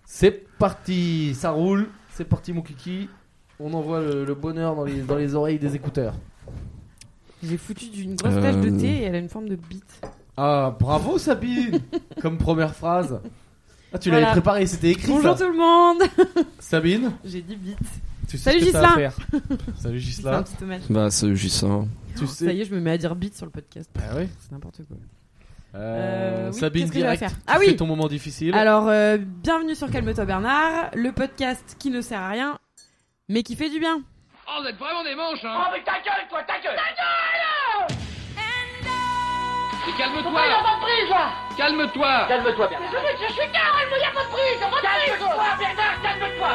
C'est parti, ça roule. C'est parti mon kiki. On envoie le bonheur dans les oreilles des écouteurs. J'ai foutu une grosse tache de thé et elle a une forme de bite. Ah, bravo Sabine. Comme première phrase. Ah, tu l'avais préparé, c'était écrit. Bonjour ça. tout le monde. Sabine. J'ai dit bite. Tu sais Salut ce que ça va Ghislain. faire. Salut C'est un Ghislain. petit hommage. Bah, salut Ghislain. Tu sais. Ça y est, je me mets à dire bite sur le podcast. Ah oui. C'est n'importe quoi. Sabine Oui, qu'est-ce que je vais direct. faire Tu Ah oui. fais ton moment difficile. Alors, bienvenue sur Calme-toi Bernard, le podcast qui ne sert à rien, mais qui fait du bien. Oh, vous êtes vraiment des manches, hein. Oh mais ta gueule toi, ta gueule. Ta gueule. Et calme-toi. Pourquoi il y a pas de prise là? Calme-toi. Calme-toi Bernard. Je suis calme, il y a pas de prise, y a pas de prise. Calme-toi Bernard, calme-toi.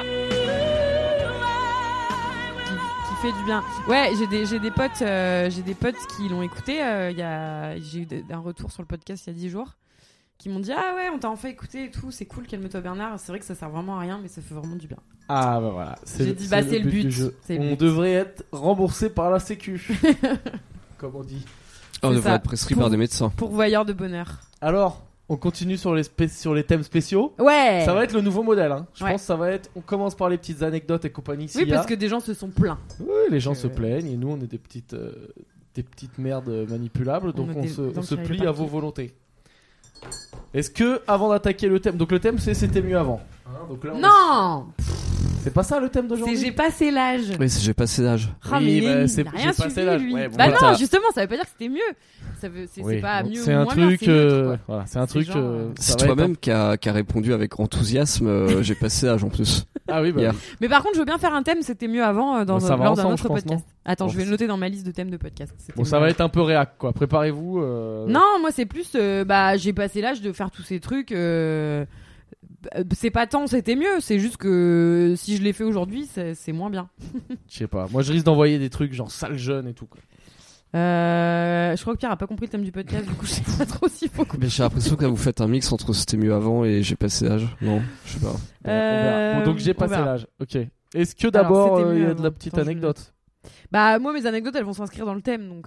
Qui fait du bien. Ouais, j'ai des potes qui l'ont écouté. J'ai eu un retour sur le podcast il y a 10 jours, qui m'ont dit ah ouais, on t'a enfin écouté et tout, c'est cool, calme-toi Bernard. C'est vrai que ça sert vraiment à rien, mais ça fait vraiment du bien. Ah bah voilà. J'ai dit bah c'est le but. du jeu. C'est le On but. devrait être remboursé par la Sécu. Comme on dit. On C'est devrait ça. être prescrit par des médecins. Pourvoyeur de bonheur. Alors, on continue sur les thèmes spéciaux. Ouais. Ça va être le nouveau modèle. Hein. Je Ouais. pense que ça va être. On commence par les petites anecdotes et compagnie. Oui, parce que des gens se sont plaints. Oui, les gens se plaignent et nous on est des petites merdes manipulables, donc on se plie à vos volontés. Est-ce que avant d'attaquer le thème, donc le thème c'est c'était mieux avant. Hein, donc là, Non. c'est pas ça le thème C'est d'aujourd'hui. j'ai passé l'âge. Oui, j'ai passé l'âge. Ah, Oui, mais bah, il c'est- n'a j'ai rien passé suivi, l'âge. lui. Ouais, bon, Bah voilà. non, justement, ça veut pas dire que c'était mieux. C'est Oui, pas donc mieux c'est ou un moins bien, truc, c'est neutre, quoi. voilà, c'est un C'est truc. genre, ça C'est va être toi-même qui a répondu avec enthousiasme. J'ai passé l'âge en plus. Ah oui, bah, Hier. oui. Mais par contre, je veux bien faire un thème, c'était mieux avant Bon, ça va lors d'un ensemble, autre je pense, podcast. Attends, Bon, je vais c'est- noter dans ma liste de thèmes de podcast. C'était Bon, ça mieux va avant. être un peu réac quoi. Préparez-vous. Non, moi c'est plus j'ai passé l'âge de faire tous ces trucs c'est pas tant c'était mieux, c'est juste que si je l'ai fait aujourd'hui, c'est moins bien. Je sais pas. Moi, je risque d'envoyer des trucs genre sale jeune et tout. Quoi. Je crois que Pierre a pas compris le thème du podcast, du coup je sais pas trop s'il faut Mais j'ai l'impression que vous faites un mix entre c'était mieux avant et j'ai passé l'âge. Non, je sais pas. On verra. Bon, donc j'ai on passé verra. l'âge. Ok. Est-ce que d'abord c'était mieux il y a de avant. la petite Attends, je anecdote? Bah moi mes anecdotes elles vont s'inscrire dans le thème donc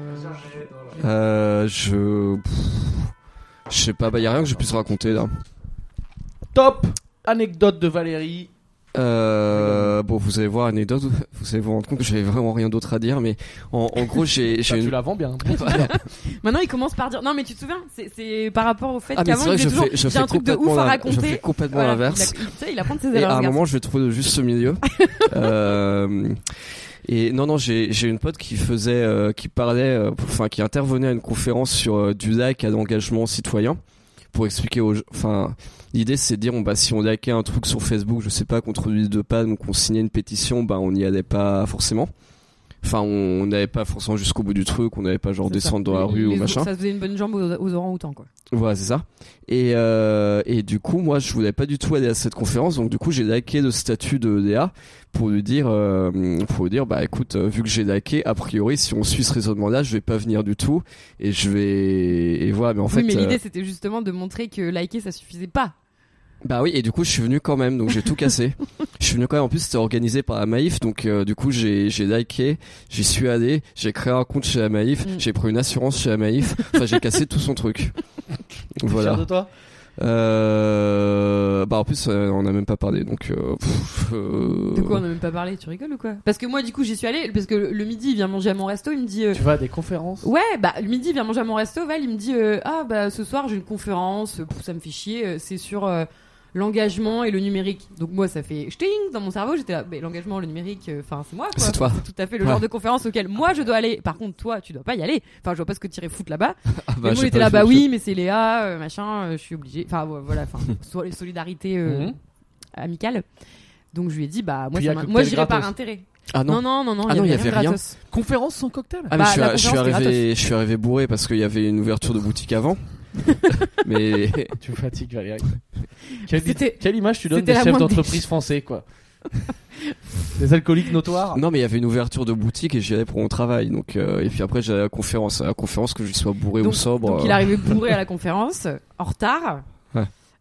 Je sais pas. Bah y a rien que je puisse raconter là. Top anecdote de Valérie. Bon, vous allez voir anecdote. Vous allez vous rendre compte que j'avais vraiment rien d'autre à dire, mais en gros j'ai Ça, une. tu la vends bien. maintenant il commence par dire non mais tu te souviens c'est par rapport au fait Ah, mais qu'avant c'est vrai il que disait toujours je j'ai fais un truc de ouf complètement à je raconter. fais complètement Voilà, l'inverse. il apprend de ses Et erreurs. à un ce garçon. moment, je vais trouver juste ce milieu. Et non, j'ai une pote qui faisait, qui parlait, enfin, qui intervenait à une conférence sur du like à l'engagement citoyen pour expliquer aux gens. Enfin, l'idée c'est de dire, si on likait un truc sur Facebook, je sais pas, contre l'huile de palme ou qu'on signait une pétition, on n'y allait pas forcément. Enfin, on n'allait pas forcément jusqu'au bout du truc, on n'allait pas genre C'est ça. descendre dans la rue ou machin. Ça se faisait une bonne jambe aux orang-outans quoi. Voilà, c'est ça. Et du coup, moi, je voulais pas du tout aller à cette conférence, donc du coup, j'ai liké le statut de Léa pour lui dire, bah écoute, vu que j'ai liké, a priori, si on suit ce raisonnement-là, je vais pas venir du tout, et voilà. Mais en fait, Oui, mais l'idée c'était justement de montrer que liker ça suffisait pas. bah oui, et du coup, je suis venu quand même, donc j'ai tout cassé. Je suis venu quand même. En plus, c'était organisé par la Maïf, donc du coup, j'ai liké, j'y suis allé, j'ai créé un compte chez la Maïf, j'ai pris une assurance chez la Maïf. Enfin, j'ai cassé tout son truc. Voilà. Fier de toi? En plus on n'a même pas parlé donc De quoi on n'a même pas parlé, tu rigoles ou quoi? Parce que moi du coup j'y suis allée parce que le midi il vient manger à mon resto, il me dit Tu vas à des conférences? ouais bah le midi il vient manger à mon resto, Val il me dit ce soir j'ai une conférence, ça me fait chier, c'est sur l'engagement et le numérique. Donc moi ça fait ch'ting dans mon cerveau, j'étais là l'engagement, le numérique, enfin c'est moi quoi. C'est toi. C'est tout à fait le genre de conférence auquel moi je dois aller. Par contre toi tu dois pas y aller. Enfin je vois pas ce que tu irais foutre là-bas. Mais moi, il était là, oui, mais c'est Léa, machin, je suis obligée. Enfin, voilà, solidarité amicale. Donc, je lui ai dit, bah, Puis, y a moi, cocktail j'irai par gratos. intérêt. Ah non. Non, Ah non, il y y avait avait rien. gratos. Conférence sans cocktail? Ah mais Bah, je la suis conférence, arrivé bourré parce qu'il y avait une ouverture de boutique avant. Mais Tu me fatigues Valérie. C'était- Quelle image tu donnes c'était des la chefs moindre des d'entreprise français quoi? Des alcooliques notoires? non, mais il y avait une ouverture de boutique et j'y allais pour mon travail. Donc et puis après j'allais à la conférence. À la conférence, que je sois bourré ou sobre. Donc, il est arrivé bourré à la conférence, en retard. Ouais.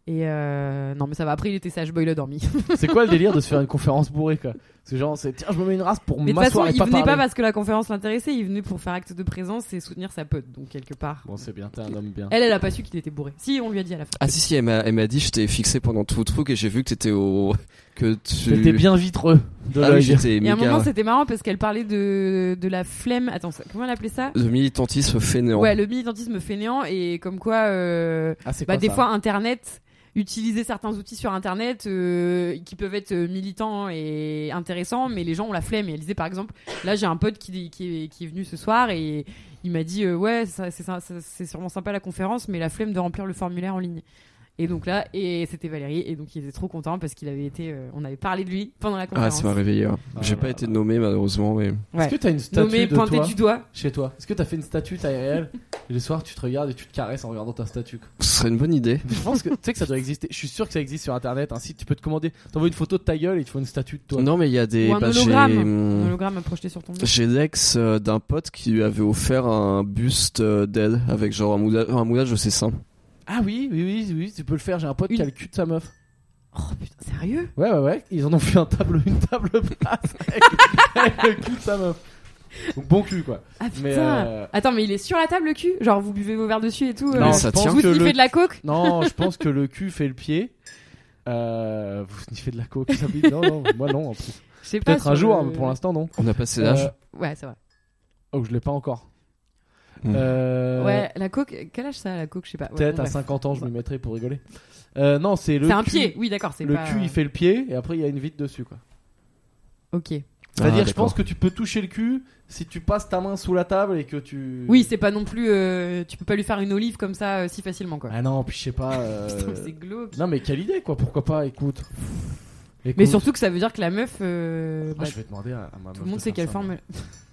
Et non, mais ça va. Après, il était sage, boy, il a dormi. C'est quoi le délire de se faire une conférence bourrée, quoi? C'est genre, tiens, je me mets une race pour mais de toute façon, m'asseoir et il pas venait parler. pas parce que la conférence l'intéressait, il venait pour faire acte de présence et soutenir sa pote, donc quelque part. Bon, c'est bien, t'es un homme bien. Elle a pas su qu'il était bourré. Si, on lui a dit à la fin. Ah si, elle m'a dit, je t'ai fixé pendant tout le truc et j'ai vu que t'étais que tu... T'étais bien vitreux de Ah oui, l'œil. j'étais Et à un méga... moment, c'était marrant parce qu'elle parlait de la flemme. Attends, comment elle appelait ça? Le militantisme fainéant. Ouais, le militantisme fainéant et comme quoi, Ah, c'est quoi des ça fois, Internet, utiliser certains outils sur Internet qui peuvent être militants et intéressants, mais les gens ont la flemme. Et elle disait par exemple, là j'ai un pote qui est venu ce soir et il m'a dit ouais, c'est sûrement sympa la conférence, mais la flemme de remplir le formulaire en ligne. Et donc là, et c'était Valérie, et donc il était trop content parce qu'il avait été, on avait parlé de lui pendant la Ah, conférence. ça m'a réveillé. Hein. Ah, J'ai pas été nommé malheureusement, mais... Ouais. Est-ce que t'as une statue Nommé, de pointé toi du doigt. chez toi? Est-ce que t'as fait une statue taille réelle et le soir tu te regardes et tu te caresses en regardant ta statue, quoi? Ce serait une bonne idée. Je pense que tu sais que ça doit exister. Je suis sûr que ça existe sur internet. Un site, tu peux te commander. T'envoies une photo de ta gueule et il te faut une statue de toi. Non, mais il y a des... Ou un hologramme. j'ai... Un hologramme projeté sur ton dos. J'ai l'ex d'un pote qui lui avait offert un buste d'elle avec genre un moulage de ses seins. Ah oui, tu peux le faire. J'ai un pote qui a le cul de sa meuf. Oh putain, sérieux? Ouais. Ils en ont fait une table basse avec le cul de sa meuf. Donc bon cul, quoi. Ah putain. Mais Attends, mais il est sur la table le cul? Genre vous buvez vos verres dessus et tout? Non, ça je pense tient. Vous que sniffez de la coke? Non, je pense que le cul fait le pied. Vous sniffez de la coke, ça dit non, moi non en plus. Je sais pas. Peut-être un sur jour, le- mais pour l'instant non. On a passé l'âge. Ouais, c'est vrai. Oh, je l'ai pas encore. Ouais, la coke, quel âge ça la coke? Je sais pas. Ouais, Peut-être bon, à bref. 50 ans, je me mettrai pour rigoler. Non, c'est le C'est un cul. pied, oui, d'accord. C'est Le pas... cul, il fait le pied et après il y a une vitre dessus, quoi. Ok. C'est-à-dire, je d'accord. pense que tu peux toucher le cul si tu passes ta main sous la table et que tu. Oui, c'est pas non plus. Tu peux pas lui faire une olive comme ça si facilement, quoi. Ah non, puis je sais pas. Putain, mais c'est glauque. Non, mais quelle idée, quoi. Pourquoi pas, écoute. Mais surtout que ça veut dire que la meuf. Ah, je vais demander à ma tout meuf le monde de sait faire quelle ça, forme. moi.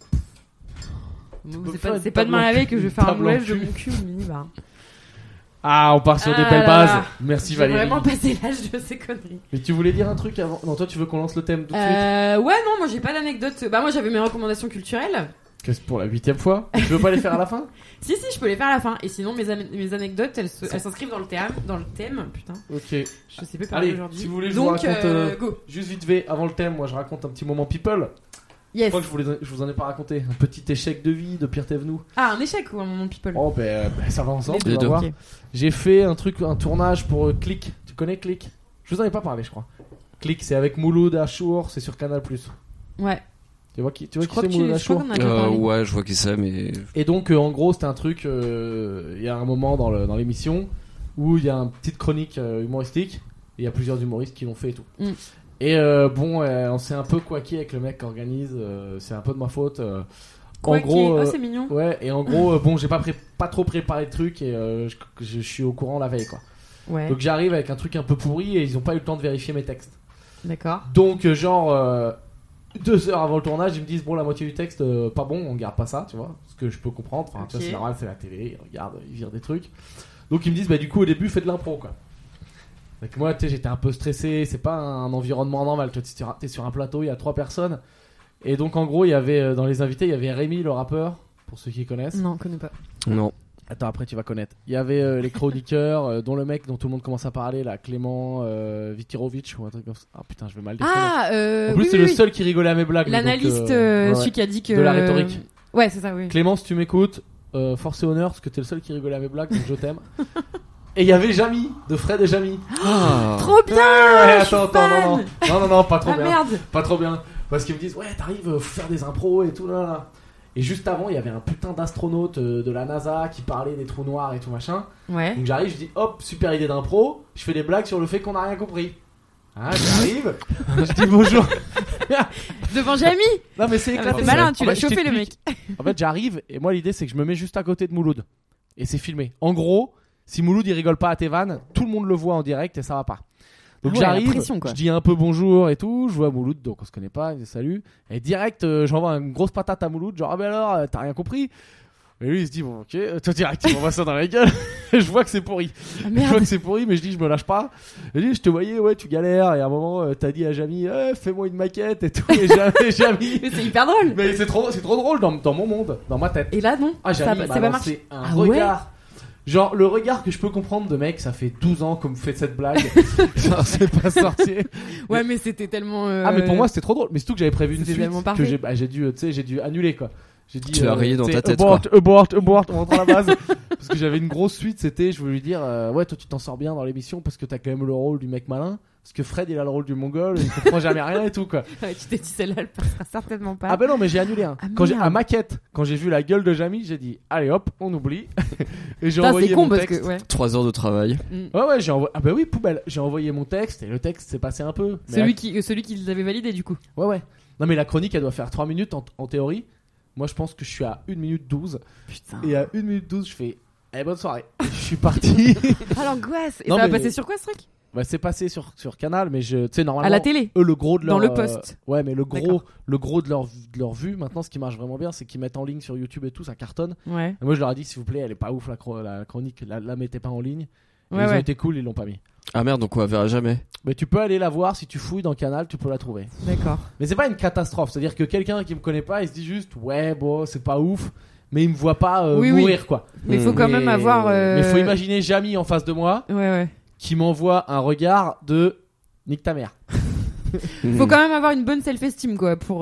peux C'est faire pas, une c'est pas de table en mal avec cul, que je vais une faire un table en moulage de cul. mon cul au minibar. Ah, on part sur des Ah belles là bases. là. Merci J'ai Valérie. vraiment passé l'âge de ces conneries. Mais tu voulais dire un truc avant. Non, toi, tu veux qu'on lance le thème tout de suite? Ouais, non, moi j'ai pas d'anecdote. Bah, moi j'avais mes recommandations culturelles. Qu'est-ce pour la 8ème fois? Tu veux pas les faire à la fin? Si, je peux les faire à la fin. Et sinon, mes anecdotes, elles s'inscrivent dans le thème. Putain, Ok. je sais plus parler Allez, aujourd'hui. si vous voulez, je vous Donc, raconte. go. Juste vite fait, avant le thème, moi je raconte un petit moment people. Je Yes. crois que je vous en ai pas raconté. Un petit échec de vie de Pierre Thévenoud. Ah, un échec ou un moment people? Oh, ça va ensemble, Les tu deux. vas voir. Ok. J'ai fait un tournage pour Click. Tu connais Click? Je vous en ai pas parlé, je crois. Click, c'est avec Mouloud Achour, c'est sur Canal+. Ouais. Tu vois qui Je crois c'est Mouloud je crois Achour? qu'on en a déjà parlé. Ouais, je vois qui c'est, mais... Et donc, en gros, c'était un truc. Il y a un moment dans l'émission où il y a une petite chronique humoristique. Et il y a plusieurs humoristes qui l'ont fait et tout. Mm. Et on s'est un peu couaqué avec le mec qui organise. C'est un peu de ma faute. Quoi En gros, oh, c'est mignon. ouais. Et en gros, j'ai pas trop préparé le truc et je suis au courant la veille, quoi. Ouais, Donc j'arrive avec un truc un peu pourri et ils ont pas eu le temps de vérifier mes textes. d'accord. Donc 2 heures avant le tournage, ils me disent bon, la moitié du texte pas bon, on garde pas ça, tu vois, ce que je peux comprendre. Enfin, tu vois, Ok. c'est normal, c'est la télé, ils regardent, ils virent des trucs. Donc ils me disent du coup au début fais de l'impro, quoi. Donc moi, tu sais, j'étais un peu stressé, c'est pas un environnement normal. Tu es sur un plateau, il y a 3 personnes. Et donc en gros, il y avait dans les invités, il y avait Rémi le rappeur, pour ceux qui connaissent. Non, on connaît pas. Non. Attends, après tu vas connaître. Il y avait les chroniqueurs, dont le mec dont tout le monde commence à parler, là, Clément Vikirovic ou un truc comme ça. Ah putain, je vais mal dire. Ah, En plus, oui, c'est oui, le oui. seul qui rigolait à mes blagues. L'analyste, donc, ouais, ouais. celui qui a dit que. De la rhétorique. Ouais, c'est ça, oui. Clément, si tu m'écoutes, force et honneur, parce que t'es le seul qui rigolait à mes blagues, donc je t'aime. Et il y avait Jamy, de Fred et Jamy. Ah. Trop bien! Ouais, je suis fan. non, pas trop Ah bien. merde! Pas trop bien. Parce qu'ils me disent, ouais, t'arrives, faut faire des impros et tout, là. Et juste avant, il y avait un putain d'astronaute de la NASA qui parlait des trous noirs et tout machin. Ouais. Donc j'arrive, je dis, hop, super idée d'impro. Je fais des blagues sur le fait qu'on n'a rien compris. Ah, j'arrive. Je dis bonjour. Devant Jamy! Non, mais c'est Ah bah, éclaté. c'est malin, tu En l'as fait, je chauffé le mec. t'explique. En fait, j'arrive et moi, l'idée, c'est que je me mets juste à côté de Mouloud. Et c'est filmé. En gros, si Mouloud il rigole pas à tes vannes, tout le monde le voit en direct et ça va pas. Donc Ah ouais, la j'arrive, pression, quoi. je dis un peu bonjour et tout, je vois Mouloud, donc on se connaît pas, il dit salut. Et direct, j'envoie une grosse patate à Mouloud, genre ah ben alors, t'as rien compris. Et lui il se dit bon ok, toi direct il m'envoie ça dans la gueule. Et je vois que c'est pourri. Ah Je vois merde! que c'est pourri, mais je dis je me lâche pas. Et je dis je te voyais, ouais tu galères. Et à un moment t'as dit à Jamy, fais-moi une maquette et tout. Et Jamy. Mais c'est hyper drôle! Mais c'est trop drôle dans mon monde, dans ma tête. Et là, non? Ah, Jamy Ça- m'a c'est pas lancé un Ah regard. Genre, le regard que je peux comprendre de mec, ça fait 12 ans qu'on me fait cette blague. Genre, c'est pas sorti. Ouais, mais c'était tellement. Ah, mais pour moi, c'était trop drôle. Mais surtout que j'avais prévu une C'était suite tellement que parfait. j'ai dû annuler, quoi. J'ai dit, Tu as rayé dans ta tête, abort, on rentre à la base. Parce que j'avais une grosse suite, c'était, je voulais lui dire, ouais, toi, tu t'en sors bien dans l'émission parce que t'as quand même le rôle du mec malin. Parce que Fred, il a le rôle du mongol, il comprend jamais rien et tout, quoi. Ouais, tu t'es dit, celle-là, elle passera certainement pas. Ah, ben non, mais j'ai annulé un. Ah, Quand j'ai, merde. à maquette, quand j'ai vu la gueule de Jamie, j'ai dit, allez hop, on oublie. Et j'ai Putain, envoyé c'est con mon parce texte. que. Ouais. 3 heures de travail. Ouais, j'ai envoyé. Ah, bah oui, poubelle. J'ai envoyé mon texte et le texte s'est passé un peu. Mais Celui qui l'avait validé, du coup. Ouais. Non, mais la chronique, elle doit faire 3 minutes en théorie. Moi, je pense que je suis à 1 minute 12. Putain. Et à 1 minute 12, je fais, bonne soirée. Et je suis parti. Ah, l'angoisse. Et Non, ça va mais- passer sur quoi, ce truc? Bah, c'est passé sur Canal, mais tu sais, normalement. À la télé. Eux, le gros de leur. Dans le poste. Ouais, mais le D'accord. gros de leur vue, maintenant, ce qui marche vraiment bien, c'est qu'ils mettent en ligne sur YouTube et tout, ça cartonne. Ouais. Et moi, je leur ai dit, s'il vous plaît, elle est pas ouf, la chronique, la mettez pas en ligne. Et Ouais, ils ont ouais. été cool, ils l'ont pas mis. Ah merde, donc on la verra jamais. Mais tu peux aller la voir, si tu fouilles dans Canal, tu peux la trouver. D'accord. Mais c'est pas une catastrophe, c'est-à-dire que quelqu'un qui me connaît pas, il se dit juste, ouais, bon, c'est pas ouf, mais il me voit pas Oui, mourir, quoi. Mais faut quand même avoir. Mais faut imaginer Jamie en face de moi, Ouais. qui m'envoie un regard de nique ta mère. Faut quand même avoir une bonne self-esteem, quoi, pour.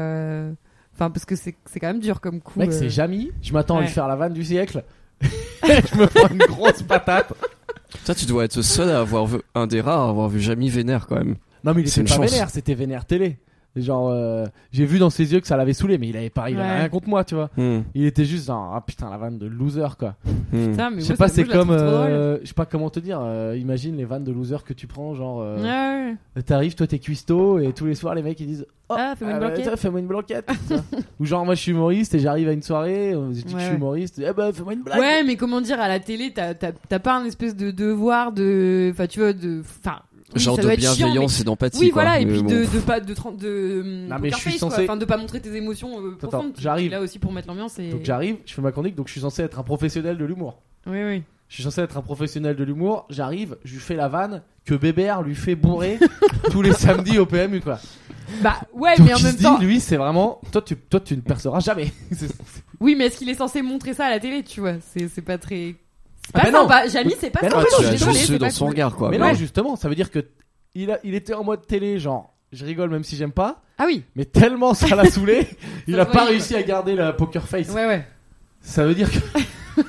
Enfin, parce que c'est quand même dur comme coup. Mec, c'est Jamie, je m'attends à lui Ouais. faire la vanne du siècle. Je me prends une grosse patate. Toi, tu dois être le seul à avoir vu, un des rares à avoir vu Jamie vénère quand même. Non, mais il C'est était une pas chance. vénère, c'était vénère télé. Genre, j'ai vu dans ses yeux que ça l'avait saoulé, mais il avait Ouais. rien contre moi, tu vois. Hmm. Il était juste genre, ah putain, la vanne de loser, quoi. Hmm. Putain, mais Je moi, sais pas, ça- c'est moi, je la comme. trouve trop drôle. Je sais pas comment te dire. Imagine les vannes de loser que tu prends, genre. Ouais. T'arrives, toi t'es cuistot, et tous les soirs les mecs ils disent oh, Ah, fais-moi une blanquette. tiens, fais-moi une blanquette. tu vois. Ou genre, moi je suis humoriste et j'arrive à une soirée, on se dit que je suis Ouais. humoriste, eh ben fais-moi une blague. Ouais, mais comment dire, à la télé, t'as pas un espèce de devoir de. Enfin, tu vois, de. Enfin. Oui, Genre ça de doit être chiant, bienveillance et mais- d'empathie. Oui, quoi. voilà, et Mais puis bon. de pas de Non, mais je poker suis face, censé- quoi. Enfin, de pas montrer tes émotions profondes. j'arrive. Là aussi pour mettre l'ambiance et. Donc j'arrive, je fais ma chronique, donc je suis censé être un professionnel de l'humour. Oui. Je suis censé être un professionnel de l'humour, j'arrive, je lui fais la vanne que Bébert lui fait bourrer tous les samedis au PMU, quoi. Bah ouais, Donc mais en il même se dit, temps. lui c'est vraiment, toi tu ne perceras jamais. Oui, mais est-ce qu'il est censé montrer ça à la télé, tu vois? C'est pas très. C'est Ah pas bah non. sympa. Jamie, c'est pas Bah non, sympa. Ah, tu je as suis désolée, juste c'est su dans pas son cool. regard quoi. Mais Ouais. non, justement, ça veut dire que il était en mode télé, genre, je rigole même si j'aime pas. Ah oui. Mais tellement ça l'a saoulé, il a se pas voyait. réussi à garder la poker face. Ouais. Ça veut dire que.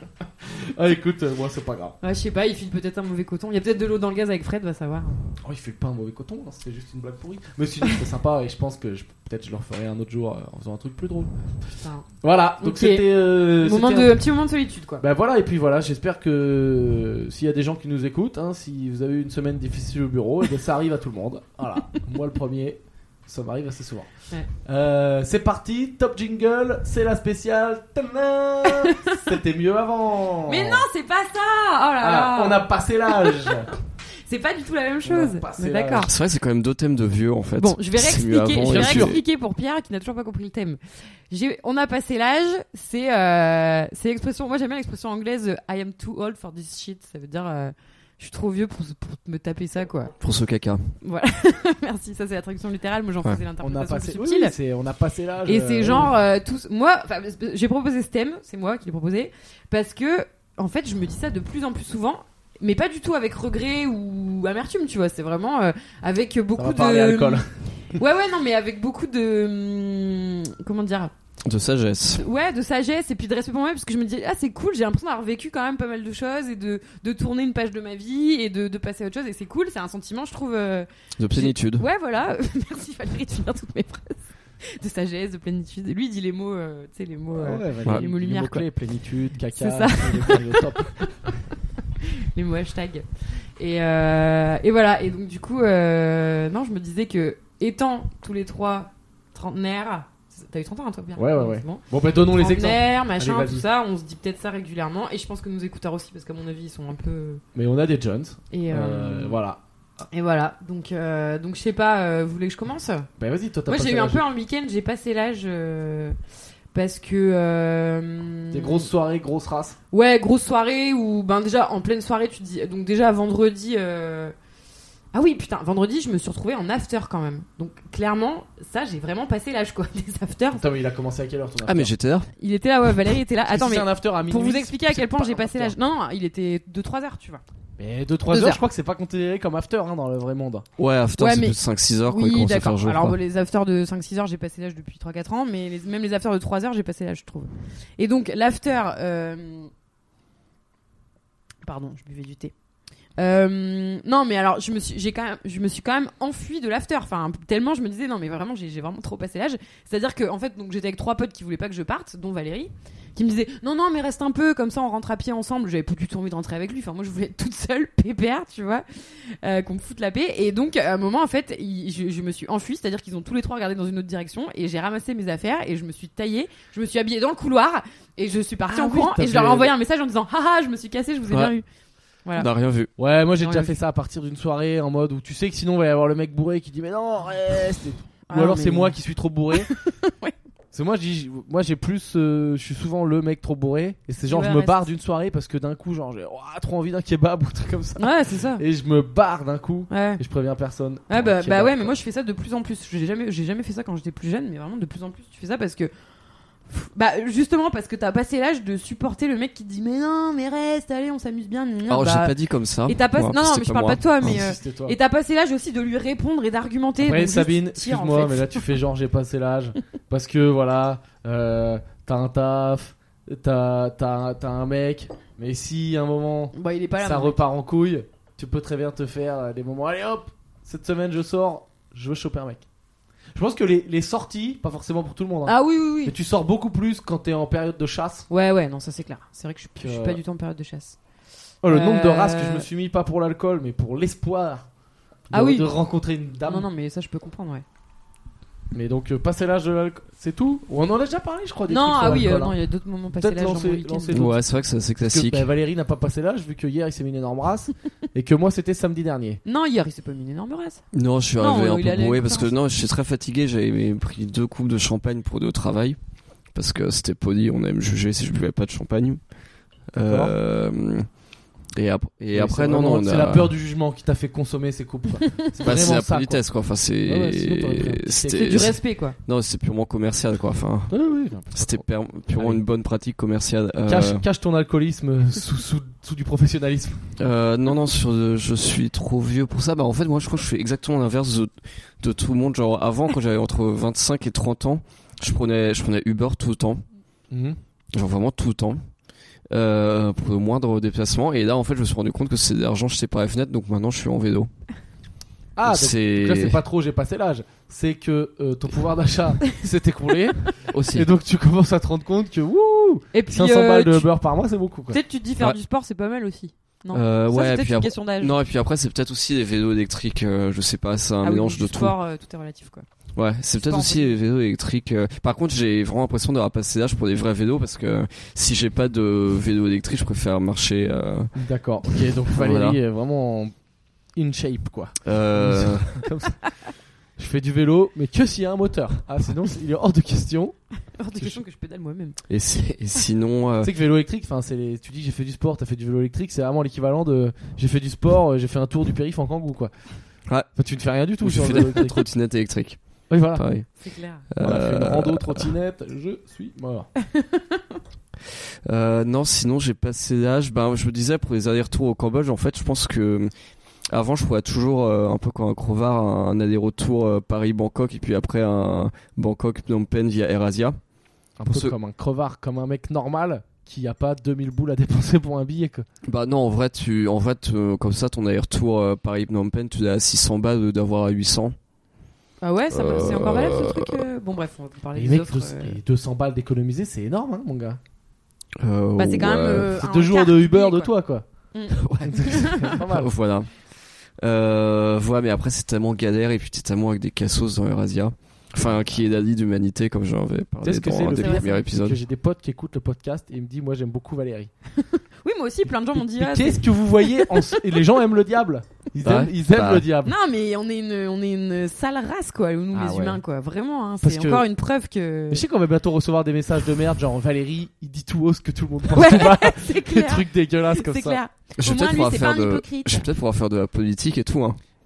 Ah écoute, moi c'est pas grave. Ouais, je sais pas, il file peut-être un mauvais coton. Il y a peut-être de l'eau dans le gaz avec Fred, va savoir. Oh, il fait pas un mauvais coton, hein, c'était juste une blague pourrie. Mais sinon c'était sympa et je pense que peut-être je le referai un autre jour en faisant un truc plus drôle. Putain. Voilà, donc Ok. c'était. Un petit moment de solitude, quoi. Bah voilà, et puis voilà, j'espère que s'il y a des gens qui nous écoutent, hein, si vous avez eu une semaine difficile au bureau, et bien ça arrive à tout le monde. Voilà, moi le premier, ça m'arrive assez souvent. Ouais. C'est parti, top jingle, c'est la spéciale. Tadam C'était mieux avant. Mais non, c'est pas ça. Oh là Ah, là. on a passé l'âge. C'est pas du tout la même chose. On a passé Mais la- d'accord. C'est vrai, c'est quand même deux thèmes de vieux en fait. Bon, je vais C'est mieux réexpliquer. avant, Je vais bien sûr. réexpliquer pour Pierre qui n'a toujours pas compris le thème. On a passé l'âge. C'est l'expression. Moi, j'aime bien l'expression anglaise. I am too old for this shit. Ça veut dire. Je suis trop vieux pour me taper ça, quoi. Pour ce caca. Voilà. Merci. Ça, c'est la traduction littérale. Moi, j'en Ouais. faisais On a l'interprétation passé, plus oui, subtile. on a passé l'âge. Et c'est oui. genre tous. Moi, enfin, j'ai proposé ce thème. C'est moi qui l'ai proposé parce que, en fait, je me dis ça de plus en plus souvent. Mais pas du tout avec regret ou amertume, tu vois. C'est vraiment avec Ça beaucoup va de. parler alcool. Ouais, non, mais avec beaucoup de. Comment dire? De sagesse. Ouais, de sagesse et puis de respect pour moi-même, parce que je me dis, ah, c'est cool, j'ai l'impression d'avoir vécu quand même pas mal de choses et de tourner une page de ma vie et de passer à autre chose. Et c'est cool, c'est un sentiment, je trouve. De plénitude. Ouais, voilà. Merci Valérie de finir toutes mes phrases. De sagesse, de plénitude. Lui, il dit les mots, tu sais, les mots. Ouais, les mots lumière, quoi. clés, plénitude, caca. C'est ça. Le top. Les mots hashtag. Et voilà. Et donc, du coup, non, je me disais que, étant tous les trois trentenaires, t'as eu 30 ans, hein, toi, Pierre? Ouais. C'est bon. Bon, bah donnons les exemples. Trentenaires, machin, Allez, tout vas-y. ça, on se dit peut-être ça régulièrement. Et je pense que nos écouteurs aussi, parce qu'à mon avis, ils sont un peu. Mais on a des Jones. Et Voilà. Et voilà. Donc je sais pas, vous voulez que je commence? Bah vas-y, toi t'as Moi, passé j'ai eu un l'âge. peu un week-end, j'ai passé l'âge. Parce que. Des grosses soirées, grosses races. Ouais, grosse soirée où, ben déjà, en pleine soirée, tu te dis. Donc, déjà, vendredi. Ah oui, putain, vendredi, je me suis retrouvée en after quand même. Donc clairement, ça, j'ai vraiment passé l'âge quoi, des afters. Attends, mais il a commencé à quelle heure ton after? Ah, mais j'étais là. Il était là, ouais, Valérie était là. Attends, Si mais c'est un after à minuit, pour vous expliquer à quel point c'est j'ai pas un passé after. l'âge. Non, il était 2-3 heures, tu vois. Mais 2-3 heures, je crois que c'est pas considéré comme after dans le vrai monde. Ouais, after, Ouais, c'est mais- plus de 5-6 heures quand il Oui, commence à faire d'accord. jour. Alors quoi. les afters de 5-6 heures, j'ai passé l'âge depuis 3-4 ans, mais même les afters de 3 heures, j'ai passé l'âge, je trouve. Et donc l'after... Pardon, je buvais du thé. Non, mais alors je me suis quand même enfuie de l'after. Enfin, tellement je me disais non, mais vraiment j'ai vraiment trop passé l'âge. C'est-à-dire que en fait, donc j'étais avec 3 potes qui voulaient pas que je parte, dont Valérie, qui me disait non, mais reste un peu, comme ça on rentre à pied ensemble. J'avais pas du tout envie de rentrer avec lui. Enfin, moi je voulais être toute seule, pépère, tu vois, qu'on me foute la paix. Et donc à un moment en fait, je me suis enfuie, c'est-à-dire qu'ils ont tous les 3 regardé dans une autre direction et j'ai ramassé mes affaires et je me suis taillée, je me suis habillée dans le couloir et je suis partie en oui, courant t'as et je leur ai fait- envoyé un message en disant haha, je me suis cassée, je vous ai bien eu. Voilà. On n'a rien vu. Ouais, moi j'ai Non, déjà mais- fait ça à partir d'une soirée en mode où tu sais que sinon il va y avoir le mec bourré qui dit mais non, reste. Ah, Ou alors mais- c'est moi qui suis trop bourré. Ouais. C'est moi j'ai plus je suis souvent le mec trop bourré et c'est genre Ouais, je me reste. barre d'une soirée parce que d'un coup genre j'ai trop envie d'un kebab ou un truc comme ça. Ouais, c'est ça. Et je me barre d'un coup Ouais. et je préviens personne. Ouais, pour un bah kebab, ouais, mais quoi. moi je fais ça de plus en plus. J'ai jamais fait ça quand j'étais plus jeune, mais vraiment de plus en plus tu fais ça parce que. Bah justement parce que t'as passé l'âge de supporter le mec qui te dit mais non, mais reste, allez, on s'amuse bien. Alors, bah, j'ai pas dit comme ça. Et t'as pas. Moi, Non, c'était mais je pas parle moi. pas de toi, mais. Si, c'était toi. Et t'as passé l'âge aussi de lui répondre et d'argumenter. Après donc juste Sabine, tire, en excuse-moi, fait. mais là tu fais genre j'ai passé l'âge parce que voilà, t'as un taf, t'as un mec, mais si à un moment Bah, il est pas là. ça mon mec. repart en couille, tu peux très bien te faire des moments. Allez hop, cette semaine je sors, je veux choper un mec. Je pense que les sorties, pas forcément pour tout le monde, hein, Ah oui, oui, mais oui. tu sors beaucoup plus quand t'es en période de chasse. Ouais, non, ça c'est clair. C'est vrai que je suis Que- pas du tout en période de chasse. Oh, le nombre de races que je me suis mis, pas pour l'alcool, mais pour l'espoir de, Ah oui. de rencontrer une dame. Non, mais ça je peux comprendre, ouais. Mais donc passer l'âge de l'alcool, c'est tout. On en a déjà parlé, je crois. Des Non, trucs sur ah oui, l'alcool, non, hein. il y a d'autres moments passés Peut-être l'âge dans lancer- mon week-end. lancer- Ouais, c'est vrai que c'est assez Parce que, classique. Valérie n'a pas passé l'âge vu que hier il s'est mis une énorme race et que moi c'était samedi dernier. Non, hier il s'est pas mis une énorme race. Non, je suis Non, arrivé il un allait peu à bourré parce que conférence. non, je suis très fatigué. J'avais pris 2 coupes de champagne pour aller au travail parce que c'était poli. On allait me juger si je buvais pas de champagne. Et Oui, après, c'est non, vraiment- on c'est a- la peur du jugement qui t'a fait consommer ces coupes. quoi. C'est Bah, c'est vraiment la ça, politesse quoi. Enfin, c'est Ouais, sinon t'aurais pris un petit C'est c'était du respect, quoi. non, c'est purement commercial quoi. Enfin, quoi. Oui, c'était purement Allez. une bonne pratique commerciale. Cache ton alcoolisme sous du professionnalisme. Non, je suis trop vieux pour ça. Bah, en fait, moi, je crois que je fais exactement l'inverse de tout le monde. Genre, avant, quand j'avais entre 25 et 30 ans, je prenais Uber tout le temps. Genre, vraiment tout le temps. Pour le moindre déplacement. Et là, en fait, je me suis rendu compte que c'est de l'argent jeté par la fenêtre. Donc maintenant, je suis en vélo. Ah, donc, c'est donc là c'est pas trop j'ai passé l'âge. C'est que ton pouvoir d'achat s'est écroulé aussi. et donc tu commences à te rendre compte que wouh, Et puis 500 balles de Uber par mois c'est beaucoup quoi. peut-être tu te dis faire Ouais. du sport, c'est pas mal aussi. Non. Ouais, Ça, c'est et peut-être puis une après- question d'âge. Non, et puis après, c'est peut-être aussi les vélos électriques. Je sais pas, c'est un Ah oui, mélange du de tout. sport, tout est relatif, quoi. Ouais, c'est peut-être Sport, aussi les vélos électriques. Par contre, j'ai vraiment l'impression d'avoir passé l'âge pour des vrais vélos parce que si j'ai pas de vélo électrique, je préfère marcher. D'accord. Ok, donc Valérie Voilà. est vraiment in shape quoi. Euh, Comme ça. Je fais du vélo, mais que s'il y a un moteur. Ah, sinon il est hors de question. Hors de question que je pédale moi-même. et sinon, Tu sais que vélo électrique, enfin tu dis j'ai fait du sport, t'as fait du vélo électrique, c'est vraiment l'équivalent de j'ai fait du sport, j'ai fait un tour du périph en kangou quoi. Ouais. Enfin, tu ne fais rien du tout je sur fais le vélo de la électrique. trottinette électrique. Oui voilà. Pareil. C'est clair. Voilà, fait une rando trottinette, je suis mort. Non, sinon j'ai passé l'âge. Ben, je me disais pour les allers-retours au Cambodge, en fait, je pense que avant je pourrais toujours un peu comme un crevard un aller-retour Paris-Bangkok et puis après un Bangkok-Phnom Penh via AirAsia. Un Pour peu ceux- comme un crevard, comme un mec normal qui a pas 2000 boules à dépenser pour un billet quoi. Bah non, en vrai, comme ça, ton aller-retour Paris-Phnom Penh, tu l'as à 600 balles au lieu d'avoir à 800. Ah ouais, c'est encore valable ce truc. Bon bref, on va parler Les des mecs, offres. les 200 balles d'économiser, c'est énorme hein, mon gars. Bah c'est quand ouais. même. C'est un 2 jours quart de du Uber billet, de quoi. toi quoi. Mm. C'est pas mal. Voilà. Voilà, mais après c'est tellement galère et puis t'es tellement avec des cassos dans AirAsia. Enfin, qui est la lie d'humanité comme j'en avais Tu sais parlé ce que dans c'est un le des pire, premiers c'est épisodes. que j'ai des potes qui écoutent le podcast et ils me disent moi j'aime beaucoup Valérie. Oui, moi aussi, plein de gens m'ont dit. Mais Ah, qu'est-ce que vous voyez et les gens aiment le diable. Ils Ouais. aiment, ils aiment Bah. le diable. non, mais on est une sale race, quoi, nous Ah les ouais. humains, quoi. Vraiment, hein, Parce c'est que- encore une preuve que. Mais je sais qu'on va bientôt recevoir des messages de merde genre Valérie, il dit tout haut ce que tout le monde pense Ouais, tout bas. c'est Des clair. trucs dégueulasses comme C'est ça. clair. Je Au vais moins, peut-être lui, pouvoir c'est faire pas un de, hypocrite. je vais peut-être pouvoir faire de la politique et tout, hein.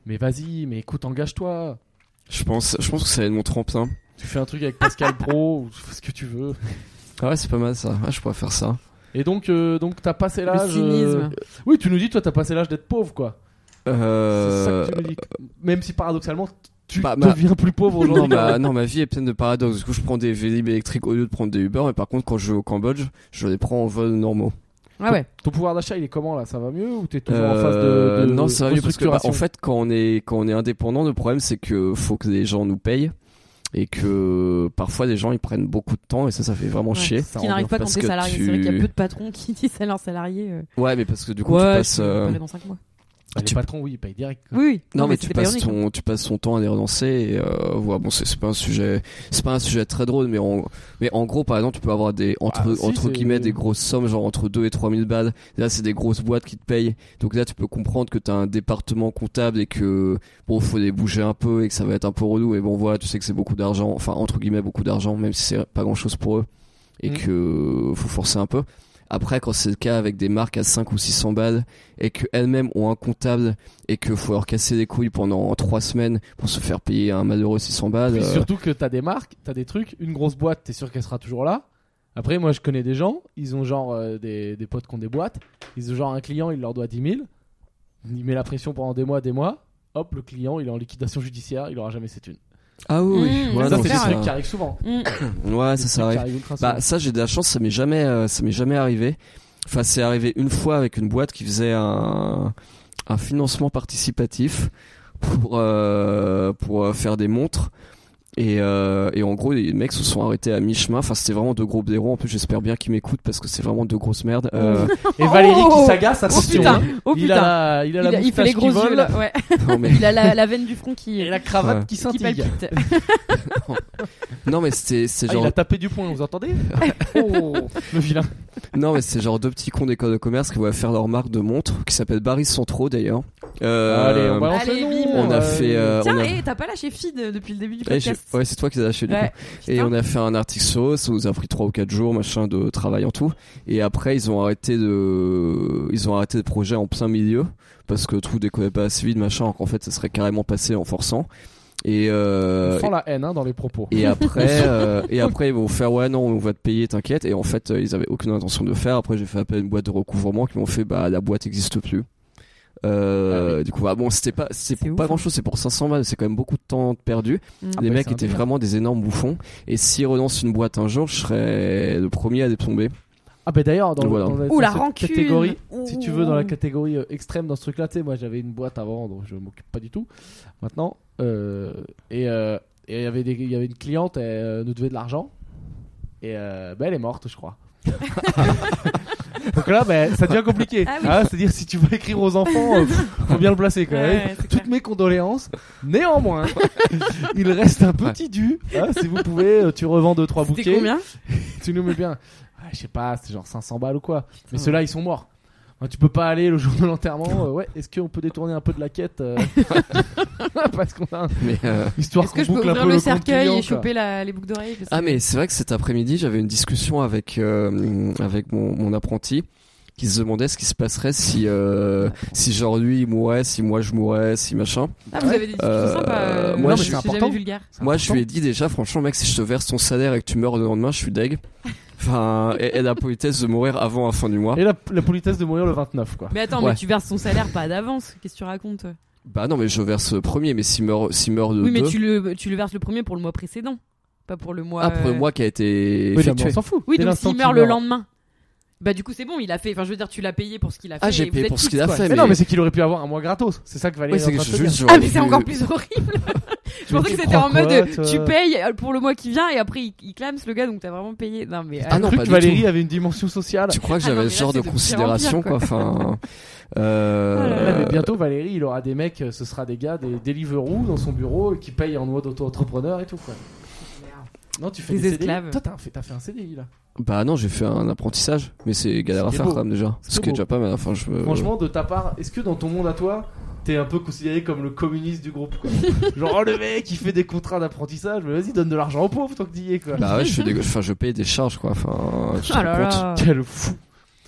Mais vas-y, mais écoute, engage-toi. Je pense que ça va être mon tremplin. Tu fais un truc avec Pascal Pro ou tu fais ce que tu veux. Ah ouais, c'est pas mal ça. Ouais, je pourrais faire ça. Et donc t'as passé l'âge. cynisme. Oui, tu nous dis, toi, t'as passé l'âge d'être pauvre, quoi. C'est ça que tu nous dis. Même si paradoxalement, tu deviens plus pauvre aujourd'hui. Non, ma vie est pleine de paradoxes. Du coup, je prends des Vélib électriques au lieu de prendre des Uber. Mais par contre, quand je vais au Cambodge, je les prends en vol normaux. Ah ouais. Ton pouvoir d'achat, il est comment là? Ça va mieux ou t'es toujours en phase de non, ça va mieux parce que restructuration? en fait, quand on est indépendant, le problème c'est que faut que les gens nous payent. Et que parfois les gens ils prennent beaucoup de temps et ça fait vraiment chier. Ce qui n'arrive pas quand t'es salarié. C'est vrai qu'il y a peu de patrons qui disent à leurs salariés. Ouais, mais parce que du coup tu passes. Dans 5 mois. Les patrons, oui, ils payent direct. Oui. Non, mais tu passes ton temps à les relancer. Et ouais, bon, c'est pas un sujet très drôle, mais en gros, par exemple, tu peux avoir entre guillemets des grosses sommes, genre entre 2 et 3 000 balles. Là, c'est des grosses boîtes qui te payent. Donc là, tu peux comprendre que t'as un département comptable et que bon, faut les bouger un peu et que ça va être un peu relou. Et bon, voilà, tu sais que c'est beaucoup d'argent, enfin entre guillemets beaucoup d'argent, même si c'est pas grand chose pour eux et que faut forcer un peu. Après, quand c'est le cas avec des marques à 5 ou 600 balles et qu'elles-mêmes ont un comptable et qu'il faut leur casser les couilles pendant 3 semaines pour se faire payer un malheureux 600 balles. Puis surtout que t'as des marques, t'as des trucs, une grosse boîte, t'es sûr qu'elle sera toujours là. Après, moi je connais des gens, ils ont genre des potes qui ont des boîtes, ils ont genre un client, il leur doit 10 000, il met la pression pendant des mois, hop, le client il est en liquidation judiciaire, il aura jamais ses thunes. Ah oui, ouais, ça c'est des trucs qui arrivent souvent. Ouais, ça arrive. Bah ça j'ai de la chance, ça m'est jamais arrivé. Enfin, c'est arrivé une fois avec une boîte qui faisait un financement participatif pour faire des montres. Et en gros, les mecs se sont arrêtés à mi-chemin. Enfin, c'était vraiment deux gros blaireaux. En plus, j'espère bien qu'ils m'écoutent parce que c'est vraiment deux grosses merdes. Et Valérie qui s'agace, attention. Il a la moustache, il fait les gros yeux là. Ouais. Non, mais... Il a la veine du front qui et la cravate qui scintille. Non, mais c'est genre. Il a tapé du poing, vous entendez? Oh, le vilain. Non, mais c'est genre deux petits cons d'école de commerce qui vont faire leur marque de montre, qui s'appelle Barry Centro d'ailleurs. Allez, on balance le nom. On a fait. Tiens, t'as pas lâché feed depuis le début du podcast. Ouais, c'est toi qui l'as lâché du coup. Et on a fait un article sur eux, ça nous a pris 3 ou 4 jours, machin, de travail en tout. Et après, ils ont arrêté le projet en plein milieu, parce que le trou décollait pas assez vite, machin, alors qu'en fait, ça serait carrément passé en forçant. Et on sent la haine dans les propos. Et après ils vont faire ouais non on va te payer t'inquiète, et en fait ils avaient aucune intention de le faire. Après j'ai fait appel à une boîte de recouvrement qui m'ont fait bah la boîte n'existe plus. Du coup bah, bon c'est pas grand chose, c'est pour 500 balles, c'est quand même beaucoup de temps perdu. Les mecs étaient vraiment des énormes bouffons, et s'ils relancent une boîte un jour je serais le premier à les tomber. Ah bah d'ailleurs dans la rancune. Catégorie, si tu veux, dans la catégorie extrême dans ce truc là, tu sais, moi j'avais une boîte avant donc je m'occupe pas du tout maintenant, et il y avait une cliente, elle nous devait de l'argent, et elle est morte je crois. Donc là ça devient compliqué. C'est-à-dire si tu veux écrire aux enfants, faut bien le placer quand même. Toutes mes condoléances. Néanmoins, il reste un petit dû. Si vous pouvez, tu revends 2-3 bouquets. C'était combien? Tu nous mets bien. Je sais pas, c'est genre 500 balles ou quoi. Mais ceux-là ils sont morts. Tu peux pas aller le jour de l'enterrement. Est-ce qu'on peut détourner un peu de la quête parce qu'on a histoire qu'on boucle un peu le cercueil et choper les boucles d'oreilles. Ah mais c'est vrai que cet après-midi j'avais une discussion avec mon apprenti qui se demandait ce qui se passerait si genre lui il mourait, si moi je mourais, si machin. Ah vous avez des discussions sympas. Moi c'est important. Vulgaire. Moi je lui ai dit déjà franchement mec, si je te verse ton salaire et que tu meurs le lendemain je suis deg. Enfin, et la politesse de mourir avant la fin du mois. Et la politesse de mourir le 29 quoi. Mais attends, mais tu verses ton salaire pas d'avance. Qu'est-ce que tu racontes? Bah non mais je verse le premier, mais s'il meurt de oui mais tu le verses le premier pour le mois précédent, pas pour le mois. Ah pour le mois qui a été effectué. On s'en fout. Oui donc s'il meurt le lendemain. Bah du coup c'est bon, il a fait. Enfin je veux dire tu l'as payé pour ce qu'il a fait. Ah j'ai payé pour ce qu'il a fait. Mais non mais c'est qu'il aurait pu avoir un mois gratos. C'est ça que Valérie. Ah mais c'est encore plus horrible. Je pensais que c'était en mode tu payes pour le mois qui vient et après il clame le gars donc t'as vraiment payé. Non mais non pas que Valérie avait une dimension sociale. Tu crois que j'avais ce genre de considération quoi. Enfin mais bientôt Valérie il aura des mecs, ce sera des gars, des Deliveroo dans son bureau qui payent en mode auto-entrepreneur et tout quoi. Non, tu fais des esclaves. Toi, t'as fait un CDI là. Bah non, j'ai fait un apprentissage, mais c'est galère à faire quand même déjà. Ce qui est déjà pas mal. Enfin, franchement, de ta part, est-ce que dans ton monde à toi, t'es un peu considéré comme le communiste du groupe quoi? Genre le mec, il fait des contrats d'apprentissage, mais vas-y, donne de l'argent aux pauvres tant que t'y es quoi. Bah ouais, je paye des charges quoi. Enfin, quel fou.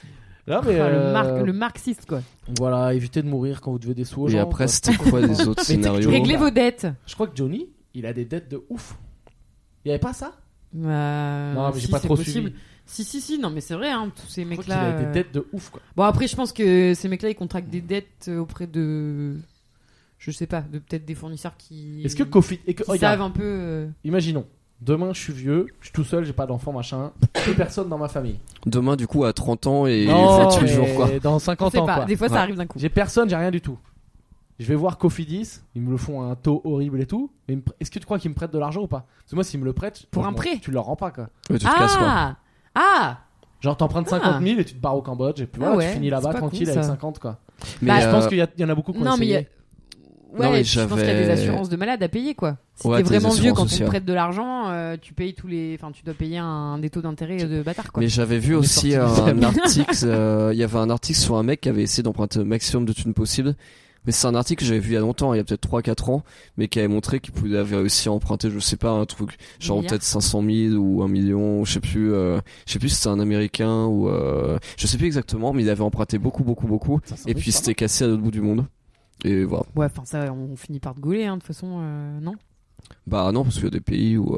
Là, mais le marxiste, quoi. Voilà, évitez de mourir quand vous devez des sous aux gens. Et après, c'était quoi les autres scénarios? Réglez vos dettes. Je crois que Johnny, il a des dettes de ouf. Il y avait pas ça? Non, mais j'ai pas trop suivi. Si, non, mais c'est vrai, hein, tous ces mecs-là. Il a des dettes de ouf, quoi. Bon, après, je pense que ces mecs-là, ils contractent des dettes auprès de. Je sais pas, de peut-être des fournisseurs qui. Est-ce que Kofi. Savent un peu. Imaginons, demain je suis vieux, je suis tout seul, j'ai pas d'enfant, machin, plus personne dans ma famille. Demain, du coup, à 30 ans et non, 28 jours, quoi. Dans 50 ans, quoi. Des fois, ça arrive d'un coup. J'ai personne, j'ai rien du tout. Je vais voir Cofidis, ils me le font à un taux horrible et tout. Mais est-ce que tu crois qu'ils me prêtent de l'argent ou pas? Parce que moi, s'ils me le prêtent. Pour un prêt? Tu leur rends pas, quoi. Ouais, tu te casses, quoi. Genre, t'empruntes 50 000 et tu te barres au Cambodge et puis voilà, tu finis là-bas tranquille avec 50, quoi. Mais je pense qu'il y en a beaucoup qui ont essayé. Ouais, je pense qu'il y a des assurances de malade à payer, quoi. Si t'es vraiment vieux, quand on te prête de l'argent, tu payes tu dois payer des taux d'intérêt de bâtard, quoi. Mais j'avais vu aussi un article, il y avait un article sur un mec qui avait essayé d'emprunter le maximum de thunes possible. Mais c'est un article que j'avais vu il y a longtemps, il y a peut-être 3-4 ans, mais qui avait montré qu'il avait réussi à emprunter, je sais pas, un truc, genre peut-être 500 000 ou 1 million, je sais plus si c'était un Américain ou, je sais plus exactement, mais il avait emprunté beaucoup, et puis c'était cassé à l'autre bout du monde. Et voilà. Ouais, enfin ça, on finit par te gauler, hein, de toute façon, non? Bah non, parce qu'il y a des pays où,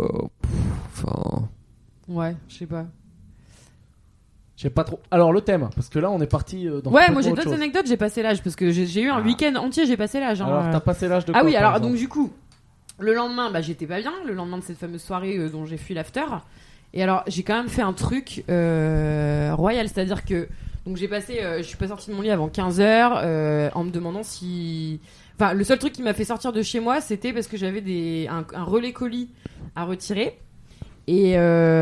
ouais, je sais pas. Je sais pas trop. Alors le thème, parce que là on est parti dans. Ouais, moi j'ai d'autres anecdotes, j'ai passé l'âge, parce que j'ai eu un week-end entier, j'ai passé l'âge. Hein, alors t'as passé l'âge de quoi? Ah oui, alors donc du coup, le lendemain, j'étais pas bien, le lendemain de cette fameuse soirée dont j'ai fui l'after. Et alors j'ai quand même fait un truc royal, c'est-à-dire que donc je suis pas sortie de mon lit avant 15h en me demandant si. Enfin, le seul truc qui m'a fait sortir de chez moi, c'était parce que j'avais un relais colis à retirer. Et